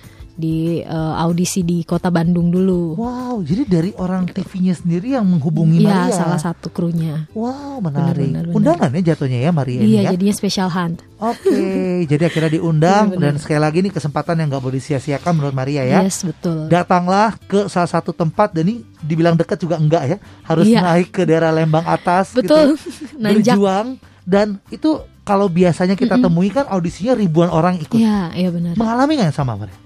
di eh, audisi di Kota Bandung dulu. Wow, jadi dari orang T V-nya sendiri yang menghubungi Iya, Maria. salah satu krunya. Wow, menarik. Benar, benar, benar. Undangan ya jatuhnya ya Maria ini ya. Iya, jadinya special hunt. Oke, jadi akhirnya diundang. Benar, benar. Dan sekali lagi nih kesempatan yang gak boleh disia-siakan menurut Maria ya. Yes, betul. Datanglah ke salah satu tempat, dan ini dibilang dekat juga enggak ya. Harus Iya. naik ke daerah Lembang atas Betul. gitu. Nanjak. Berjuang. Dan itu kalau biasanya kita temui kan audisinya ribuan orang ikut. Iya, iya benar. Mengalami gak yang sama Maria?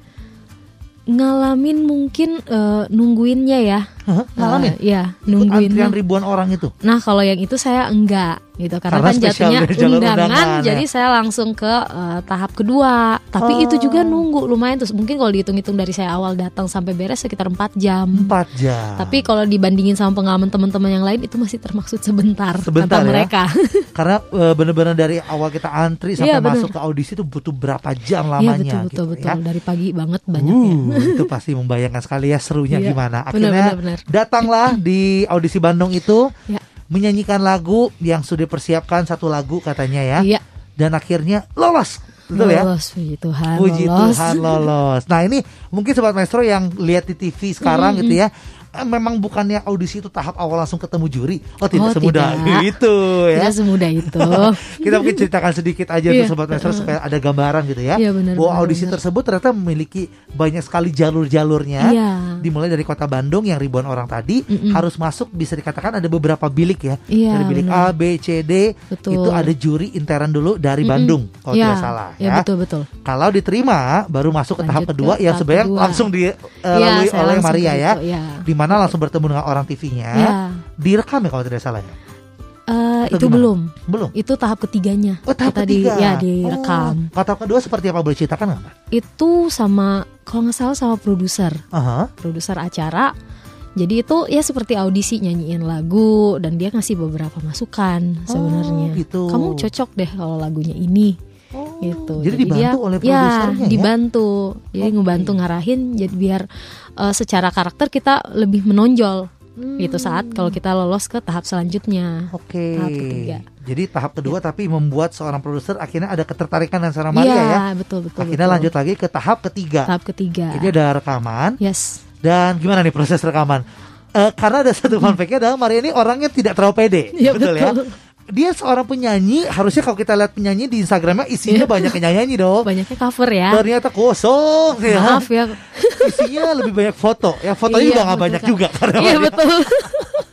Ngalamin mungkin eh, nungguinnya ya. Hah, ngalamin? Eh, Iya, Ikut antrian nungguinnya. ribuan orang itu. Nah, kalau yang itu saya enggak gitu, karena, Karena kan spesial jatuhnya dari jalur undangan, undangan, ya. jadi saya langsung ke eh, tahap kedua. Tapi Oh. itu juga nunggu lumayan tuh. Mungkin kalau dihitung-hitung dari saya awal datang sampai beres sekitar empat jam. Empat jam. Tapi kalau dibandingin sama pengalaman teman-teman yang lain itu masih termaksud sebentar, Sebentar kata ya? mereka. Karena e, benar-benar dari awal kita antri sampai Iya, benar. masuk ke audisi itu butuh berapa jam Iya lamanya betul betul gitu betul ya. dari pagi banget banyaknya. Uh, itu pasti membayangkan sekali ya serunya Iya, gimana. benar, Akhirnya benar, benar. datanglah di audisi Bandung itu, Ya. menyanyikan lagu yang sudah dipersiapkan satu lagu katanya ya. Iya. Dan akhirnya lolos. Betul ya? Lolos, puji Tuhan. Puji lolos. Tuhan lolos. Nah ini mungkin Sobat Maestro yang lihat di T V sekarang gitu ya, eh, memang bukannya audisi itu tahap awal langsung ketemu juri. Oh tidak Oh, semudah tidak. itu ya. Tidak semudah itu. Kita mungkin ceritakan sedikit aja Iya. untuk Sobat Maestro supaya ada gambaran gitu ya. Iya, benar, bahwa benar, audisi benar. tersebut ternyata memiliki banyak sekali jalur-jalurnya. Iya. Dimulai dari Kota Bandung yang ribuan orang tadi harus masuk, bisa dikatakan ada beberapa bilik ya. Iya, Dari bilik A, benar. B, C, D. Betul. Itu ada juri intern dulu dari Bandung kalau Iya, tidak salah iya, ya. betul betul. Kalau diterima baru masuk ke tahap Lanjut kedua ke yang tahap sebenarnya kedua. langsung Iya, dilalui saya oleh langsung Maria ke ya. itu, iya. Di mana langsung bertemu dengan orang T V-nya. Iya. Direkam ya kalau tidak salah ya. Eh, Atau itu gimana? belum. Belum. Itu tahap ketiganya. Oh, tahap Kita ketiga. Di, ya direkam. Oh, kalau tahap kedua seperti apa, boleh ceritakan nggak, Mbak? Itu sama kalau nggak salah sama produser, Aha. produser acara. Jadi itu ya seperti audisi, nyanyiin lagu dan dia ngasih beberapa masukan sebenarnya. Oh, gitu. Kamu cocok deh kalau lagunya ini. Oh, Gitu. jadi dibantu dia, oleh ya, produsernya ya? dibantu. Jadi Oke. ngebantu ngarahin jadi biar eh, secara karakter kita lebih menonjol. Gitu saat kalau kita lolos ke tahap selanjutnya. Oke. Tahap ketiga. Jadi tahap kedua tapi membuat seorang produser akhirnya ada ketertarikan dengan seorang Maria Iya, ya. betul betul. Akhirnya betul. lanjut lagi ke tahap ketiga. tahap ketiga. Jadi ada rekaman. Yes. Dan gimana nih proses rekaman? Eh, karena ada satu fun fact-nya adalah Maria ini orangnya tidak terlalu pede. Iya, betul. ya. Dia seorang penyanyi, harusnya kalau kita lihat penyanyi di Instagramnya isinya banyak yang nyanyi dong. Banyaknya cover ya. Ternyata kosong ya. Maaf ya. Isinya lebih banyak foto. Ya fotonya Iya, juga nggak betul, banyak Kak. juga karena Iya Maria betul.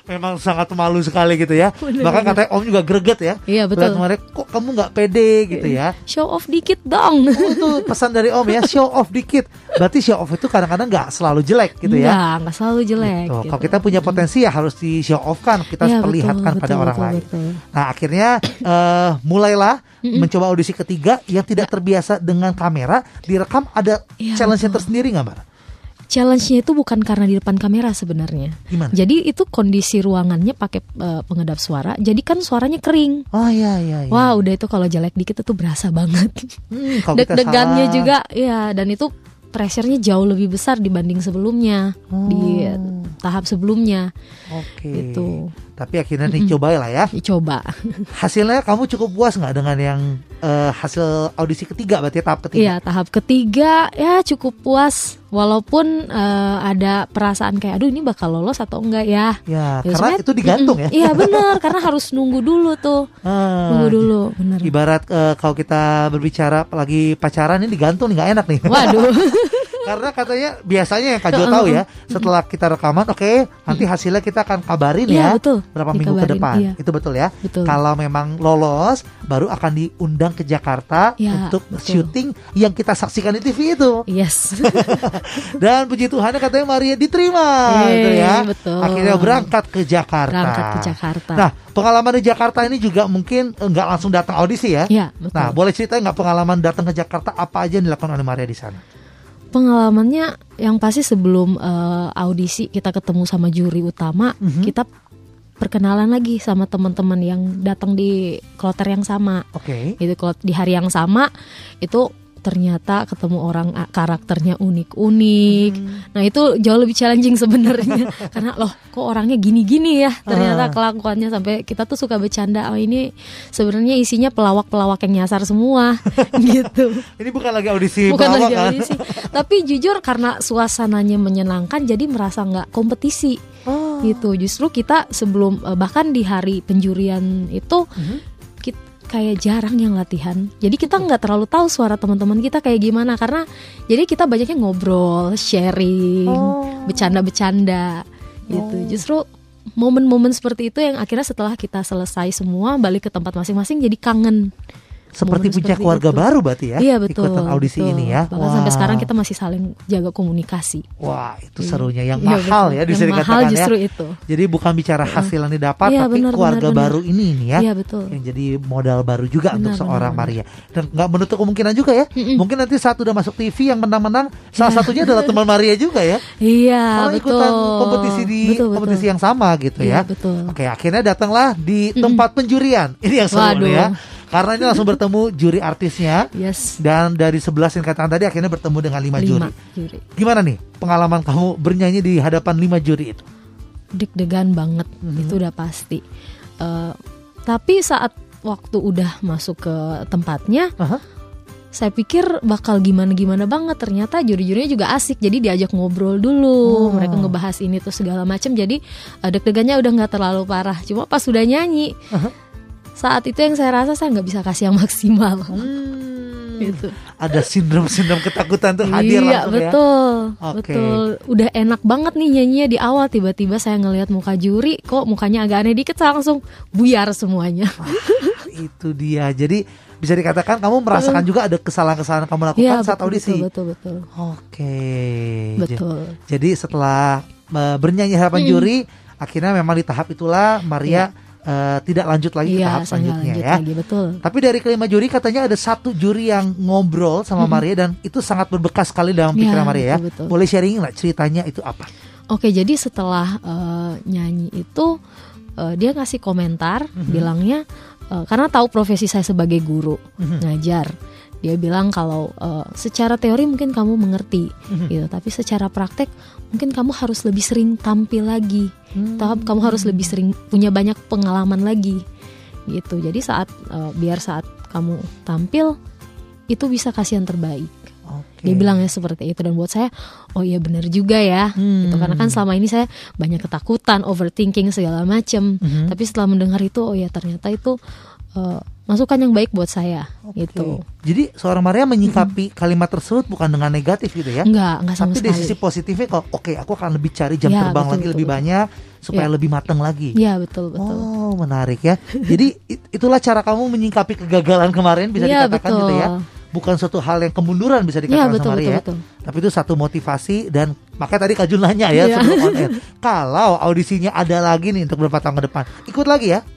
memang sangat malu sekali gitu ya. Bener, Bahkan bener. katanya Om juga greget ya. Iya, betul. Lihat Maria, kok kamu nggak pede gitu ya. Show off dikit dong. Oh, itu pesan dari Om ya, show off dikit. Berarti show off itu kadang-kadang nggak selalu jelek gitu ya. Enggak, enggak selalu jelek. Tuh, gitu. kalau kita punya potensi ya harus di show off kan, kita Iya, harus perlihatkan betul, pada betul, orang betul, lain. betul. Nah akhirnya eh, mulailah mencoba audisi ketiga yang tidak terbiasa dengan kamera, direkam. Ada Iya, challenge-nya betul. tersendiri nggak Mbak? Challenge-nya itu bukan karena di depan kamera sebenarnya. Gimana? Jadi itu kondisi ruangannya pakai eh, pengedap suara. Jadi kan suaranya kering. Oh iya iya. iya. Wah, udah itu kalau jelek dikit itu berasa banget. Hmm, kalau kita Deg-degannya salah. juga, ya. Dan itu pressure-nya jauh lebih besar dibanding sebelumnya di tahap sebelumnya. Oke. Gitu. Tapi akhirnya dicobain lah ya. Coba. Hasilnya kamu cukup puas nggak dengan yang eh, hasil audisi ketiga, berarti tahap ketiga? Iya, tahap ketiga ya cukup puas. Walaupun eh, ada perasaan kayak, aduh ini bakal lolos atau enggak ya? Ya, Ya, karena sebenarnya- itu digantung ya. Mm-mm. Iya benar, karena harus nunggu dulu tuh. Ah, Nunggu dulu, benar. Ibarat eh, kalau kita berbicara lagi pacaran ini digantung nih, nggak enak nih. Waduh. Karena katanya biasanya yang Kak Jo tahu ya, setelah kita rekaman, oke, nanti hasilnya kita akan kabarin Iya, ya, betul. berapa minggu ke Dikabarin, depan. iya. Itu betul ya. Betul. Kalau memang lolos, baru akan diundang ke Jakarta Iya, untuk betul. syuting yang kita saksikan di T V itu. Yes. Dan puji Tuhan katanya Maria diterima, Yeay, gitu ya. betul. Akhirnya berangkat ke Jakarta. Berangkat ke Jakarta. Nah, pengalaman di Jakarta ini juga mungkin eh, nggak langsung datang audisi ya. Iya, betul. Nah, boleh ceritain nggak pengalaman datang ke Jakarta, apa aja yang dilakukan oleh Maria di sana? Pengalamannya yang pasti sebelum eh, audisi kita ketemu sama juri utama, kita perkenalan lagi sama teman-teman yang datang di kloter yang sama. Oke. Itu kalau di hari yang sama itu ternyata ketemu orang a- karakternya unik-unik. Nah itu jauh lebih challenging sebenarnya karena loh kok orangnya gini-gini ya ternyata kelakuannya, sampai kita tuh suka bercanda, oh ini sebenarnya isinya pelawak-pelawak yang nyasar semua gitu. Ini bukan lagi audisi Bukan pelawak lagi kan? audisi. Tapi jujur karena suasananya menyenangkan jadi merasa nggak kompetisi gitu. Justru kita sebelum eh, bahkan di hari penjurian itu kit- kayak jarang yang latihan. Jadi kita nggak terlalu tahu suara teman-teman kita kayak gimana, karena jadi kita banyaknya ngobrol, sharing, bercanda-bercanda gitu. Justru momen-momen seperti itu yang akhirnya setelah kita selesai semua balik ke tempat masing-masing jadi kangen. Seperti Momen punya seperti keluarga itu. baru berarti ya. Iya betul. Ikutan audisi betul. ini ya. Bahkan sampai sekarang kita masih saling jaga komunikasi. Wah, itu serunya yang Iya, mahal betul. ya bisa Yang mahal dikatakan justru ya. itu. Jadi bukan bicara hasil yang didapat, Iya, tapi benar, keluarga benar, baru ini nih ya. Iya betul. Yang jadi modal baru juga Benar, untuk seorang benar, Maria. Dan nggak menutup kemungkinan juga ya. Mungkin nanti saat udah masuk T V yang menang-menang, salah satunya adalah teman Maria juga ya. Iya Kalau betul. ikutan kompetisi di Betul, kompetisi betul. yang sama gitu ya. Iya, betul. Oke, akhirnya datanglah di tempat penjurian. Ini yang seru Waduh. nih ya. Karena ini langsung bertemu juri artisnya. Yes. Dan dari sebelas yang katakan tadi akhirnya bertemu dengan lima, Lima juri. juri. Gimana nih pengalaman kamu bernyanyi di hadapan lima juri itu? Deg-degan banget, itu udah pasti. Eh, tapi saat waktu udah masuk ke tempatnya, Aha. saya pikir bakal gimana-gimana banget. Ternyata juri-jurinya juga asik, jadi diajak ngobrol dulu. Mereka ngebahas ini tuh segala macam. Jadi eh, deg-degannya udah nggak terlalu parah. Cuma pas udah nyanyi, saat itu yang saya rasa saya nggak bisa kasih yang maksimal. Gitu. Ada sindrom-sindrom ketakutan tuh hadir Iya langsung betul, ya. Oke. betul. Udah enak banget nih nyanyinya di awal, tiba-tiba saya ngelihat muka juri, kok mukanya agak aneh dikit, saya langsung buyar semuanya. Itu dia. Jadi bisa dikatakan kamu merasakan juga ada kesalahan-kesalahan yang kamu lakukan Iya saat betul, audisi. betul, betul, betul. Oke. Betul. J- Jadi setelah uh, bernyanyi hadapan juri, akhirnya memang di tahap itulah Maria uh, tidak lanjut lagi ke Iya, tahap saya nggak selanjutnya lanjut ya. lagi, betul. Tapi dari kelima juri katanya ada satu juri yang ngobrol sama Maria dan itu sangat berbekas sekali dalam Iya, pikiran Maria ya. betul, betul. Boleh sharing nggak ceritanya itu apa? Oke, jadi setelah eh, nyanyi itu eh, dia ngasih komentar, bilangnya eh, karena tahu profesi saya sebagai guru ngajar, dia bilang kalau eh, secara teori mungkin kamu mengerti, gitu, tapi secara praktek mungkin kamu harus lebih sering tampil lagi, atau kamu harus lebih sering punya banyak pengalaman lagi, gitu. Jadi saat eh, biar saat kamu tampil itu bisa kasih yang terbaik. Oke. Dia bilangnya seperti itu, dan buat saya, oh iya benar juga ya, gitu. Karena kan selama ini saya banyak ketakutan, overthinking segala macam. Tapi setelah mendengar itu, oh ya ternyata itu uh, masukan yang baik buat saya Oke. gitu. Jadi seorang Maria menyikapi kalimat tersebut bukan dengan negatif gitu ya. Enggak, enggak sama Tapi dari sekali. sisi positifnya kok oke aku akan lebih cari jam Ya, terbang betul, lagi betul, lebih betul. banyak supaya Ya. lebih matang lagi. Iya, betul, betul. Oh menarik ya. Jadi it- itulah cara kamu menyikapi kegagalan kemarin bisa Iya, dikatakan betul. gitu ya. Bukan suatu hal yang kemunduran bisa Iya, dikatakan betul, sama Maria betul, ya. betul. Tapi itu satu motivasi dan makanya tadi Kak Jun nanya ya Iya. sebelum on air. Kalau audisinya ada lagi nih untuk beberapa tahun ke depan, ikut lagi ya.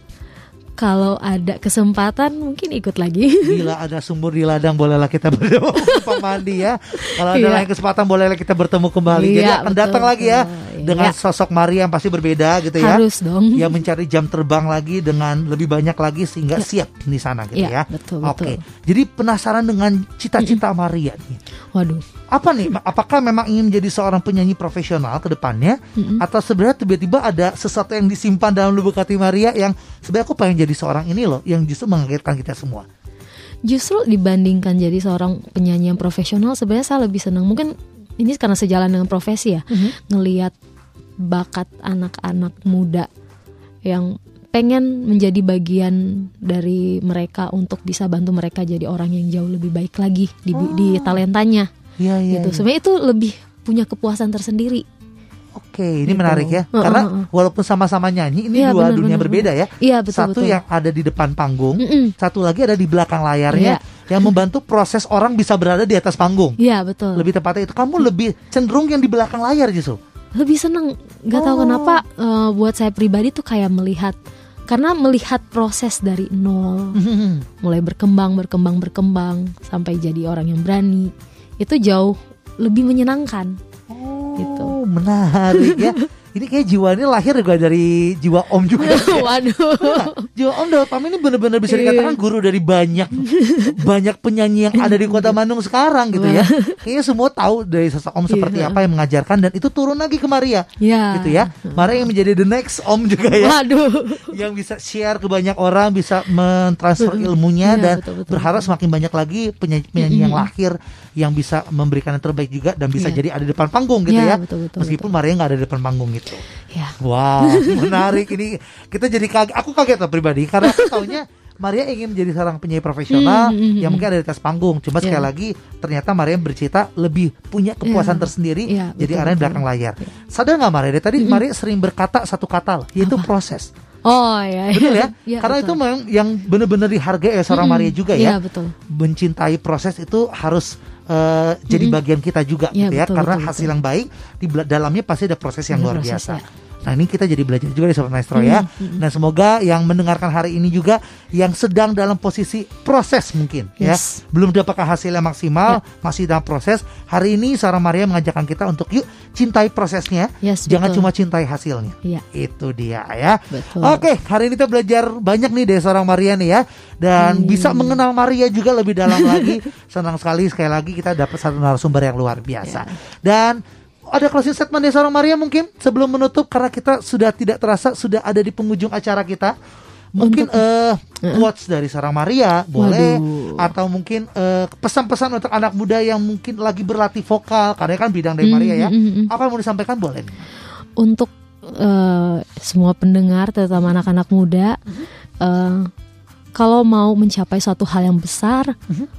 Kalau ada kesempatan mungkin ikut lagi. Bila ada sumur di ladang bolehlah kita bertemu numpang mandi ya. Kalau ada Iya. lain kesempatan bolehlah kita bertemu kembali. Jadi Iya, akan betul, datang lagi ya betul. dengan Iya. sosok Maria yang pasti berbeda gitu ya. Harus dong. Yang mencari jam terbang lagi dengan lebih banyak lagi sehingga siap di sana gitu Iya, ya. betul, Oke. betul. Jadi penasaran dengan cita-cita Maria nih. Waduh. Apa nih? Apakah memang ingin menjadi seorang penyanyi profesional ke depannya atau sebenarnya tiba-tiba ada sesuatu yang disimpan dalam lubuk hati Maria yang sebenarnya aku pengen jadi seorang ini loh yang justru mengagetkan kita semua. Justru dibandingkan jadi seorang penyanyi yang profesional, sebenarnya saya lebih senang. Mungkin ini karena sejalan dengan profesi ya, ngelihat bakat anak-anak muda yang pengen menjadi bagian dari mereka untuk bisa bantu mereka jadi orang yang jauh lebih baik lagi di, di talentanya. Iya iya. Gitu. iya. Sebenarnya itu lebih punya kepuasan tersendiri. Oke, ini Gitu. menarik ya. Heeh, Karena heeh. walaupun sama-sama nyanyi, ini Iya, dua benar, dunia benar, berbeda ya. Iya, betul, Satu betul. yang ada di depan panggung, Mm-mm. satu lagi ada di belakang layarnya Iya. yang membantu proses orang bisa berada di atas panggung. Iya, betul. Lebih tepatnya itu kamu lebih cenderung yang di belakang layar justru. Lebih seneng. Gak tahu Oh. kenapa eh, buat saya pribadi tuh kayak melihat, karena melihat proses dari nol, mulai berkembang, berkembang, berkembang sampai jadi orang yang berani, itu jauh lebih menyenangkan. Gitu. Oh, menarik ya. Ini kayak jiwa ini lahir juga dari jiwa Om juga. Waduh. Jiwa Om Daud Pam ini benar-benar bisa Iya. dikatakan guru dari banyak banyak penyanyi yang ada di Kota Bandung sekarang gitu ya. Kayaknya semua tahu dari sosok Om seperti Iya. apa yang mengajarkan dan itu turun lagi ke Maria. Ya. Gitu ya. Maria yang menjadi the next Om juga ya. Waduh. Yang bisa share ke banyak orang, bisa mentransfer ilmunya Iya, dan betul, betul, berharap betul. semakin banyak lagi penyanyi-penyanyi yang lahir yang bisa memberikan yang terbaik juga dan bisa Iya. jadi ada di depan panggung gitu Iya, ya. betul, betul, Meskipun Maria nggak ada di depan panggung gitu. Ya. Wow, menarik ini. Kita jadi kaget. Aku kaget loh pribadi karena aku taunya Maria ingin menjadi seorang penyanyi profesional Hmm, hmm, yang hmm. mungkin ada di atas panggung. Cuma sekali Iya. lagi ternyata Maria bercerita lebih punya kepuasan Iya. tersendiri Iya, jadi betul, arah di betul. belakang layar. Sadar nggak Maria? Dari tadi Maria sering berkata satu kata loh, yaitu Apa? proses. Oh ya. Betul ya? Iya, Karena betul. itu memang yang benar-benar dihargai ya seorang Maria juga ya. Iya, betul. Mencintai proses itu harus eh, jadi bagian kita juga Iya, gitu ya. betul, Karena betul, hasil betul. yang baik di bela- dalamnya pasti ada proses yang Ada luar proses, biasa. ya. Nah ini kita jadi belajar juga di Sobat Maestro ya. Dan semoga yang mendengarkan hari ini juga yang sedang dalam posisi proses mungkin Yes. ya. Belum dapatkan hasil yang maksimal, masih dalam proses. Hari ini seorang Maria mengajarkan kita untuk yuk cintai prosesnya. Yes, Jangan betul. cuma cintai hasilnya. Iya. Itu dia ya. Betul. Oke, hari ini kita belajar banyak nih dari seorang Maria nih ya. Dan Hmm. bisa mengenal Maria juga lebih dalam lagi. Senang sekali sekali lagi kita dapat satu narasumber yang luar biasa. Dan ada closing statement dari seorang Maria mungkin sebelum menutup karena kita sudah tidak terasa sudah ada di penghujung acara kita. Mungkin eh quotes dari seorang Maria boleh Waduh. atau mungkin eh, pesan-pesan untuk anak muda yang mungkin lagi berlatih vokal karena kan bidang dari Hmm, Maria ya. hmm, hmm, hmm. Apa yang mau disampaikan boleh nih? Untuk eh, semua pendengar, terutama anak-anak muda, eh, kalau mau mencapai suatu hal yang besar,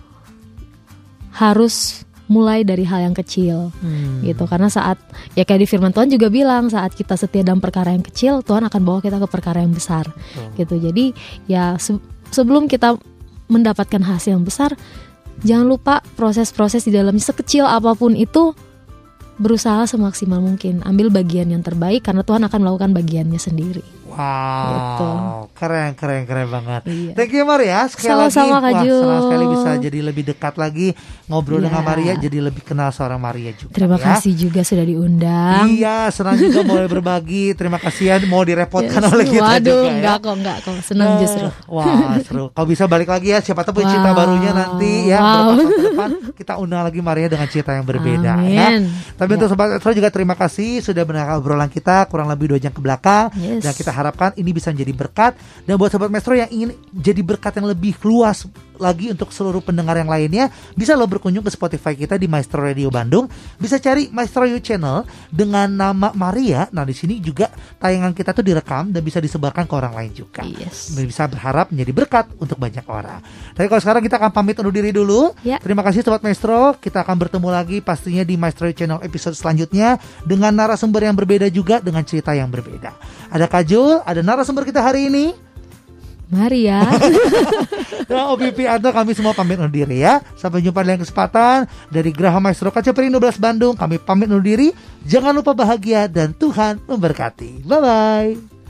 harus mulai dari hal yang kecil, gitu. Karena saat ya kayak di Firman Tuhan juga bilang, saat kita setia dalam perkara yang kecil, Tuhan akan bawa kita ke perkara yang besar, gitu. Jadi ya se- sebelum kita mendapatkan hasil yang besar, jangan lupa proses-proses di dalamnya sekecil apapun itu. Berusaha semaksimal mungkin, ambil bagian yang terbaik karena Tuhan akan melakukan bagiannya sendiri. Wow, Gitu. keren, keren, keren banget. Iya. Thank you Maria, sekali Sama-sama, lagi. Kak Wah, Jul. senang sekali bisa jadi lebih dekat lagi ngobrol Iya. dengan Maria, jadi lebih kenal seorang Maria juga. Terima ya. kasih juga sudah diundang. Iya, senang juga mau berbagi. Terima kasih ya, mau direpotkan Yes. oleh kita Waduh, juga ya. enggak kok, enggak kok. Senang Eh, justru. Wah, seru. Kalau bisa balik lagi ya, siapa tahu punya cerita Wow. barunya nanti ya. Wow. Beberapa tahun ke depan kita undang lagi Maria dengan cerita yang berbeda ya. Amin. Tapi untuk Sobat Astro juga terima kasih sudah mendengarkan obrolan kita kurang lebih dua jam ke belakang. Yes. Dan kita harapkan ini bisa menjadi berkat. Dan buat Sobat Maestro yang ingin jadi berkat yang lebih luas lagi untuk seluruh pendengar yang lainnya, bisa lo berkunjung ke Spotify kita di Maestro Radio Bandung. Bisa cari Maestro You Channel dengan nama Maria. Nah, di sini juga tayangan kita tuh direkam dan bisa disebarkan ke orang lain juga. Yes. Bisa berharap menjadi berkat untuk banyak orang. Tapi kalau sekarang kita akan pamit undur diri dulu. Ya. Terima kasih Sobat Maestro. Kita akan bertemu lagi pastinya di Maestro You Channel episode selanjutnya dengan narasumber yang berbeda juga, dengan cerita yang berbeda. Ada Kajul, ada narasumber kita hari ini. Mari ya. Dan O P P Anto, kami semua pamit undur diri ya. Sampai jumpa di lain kesempatan. Dari Graha Maestro Kaca Piring dua belas Bandung, kami pamit undur diri. Jangan lupa bahagia dan Tuhan memberkati. Bye-bye.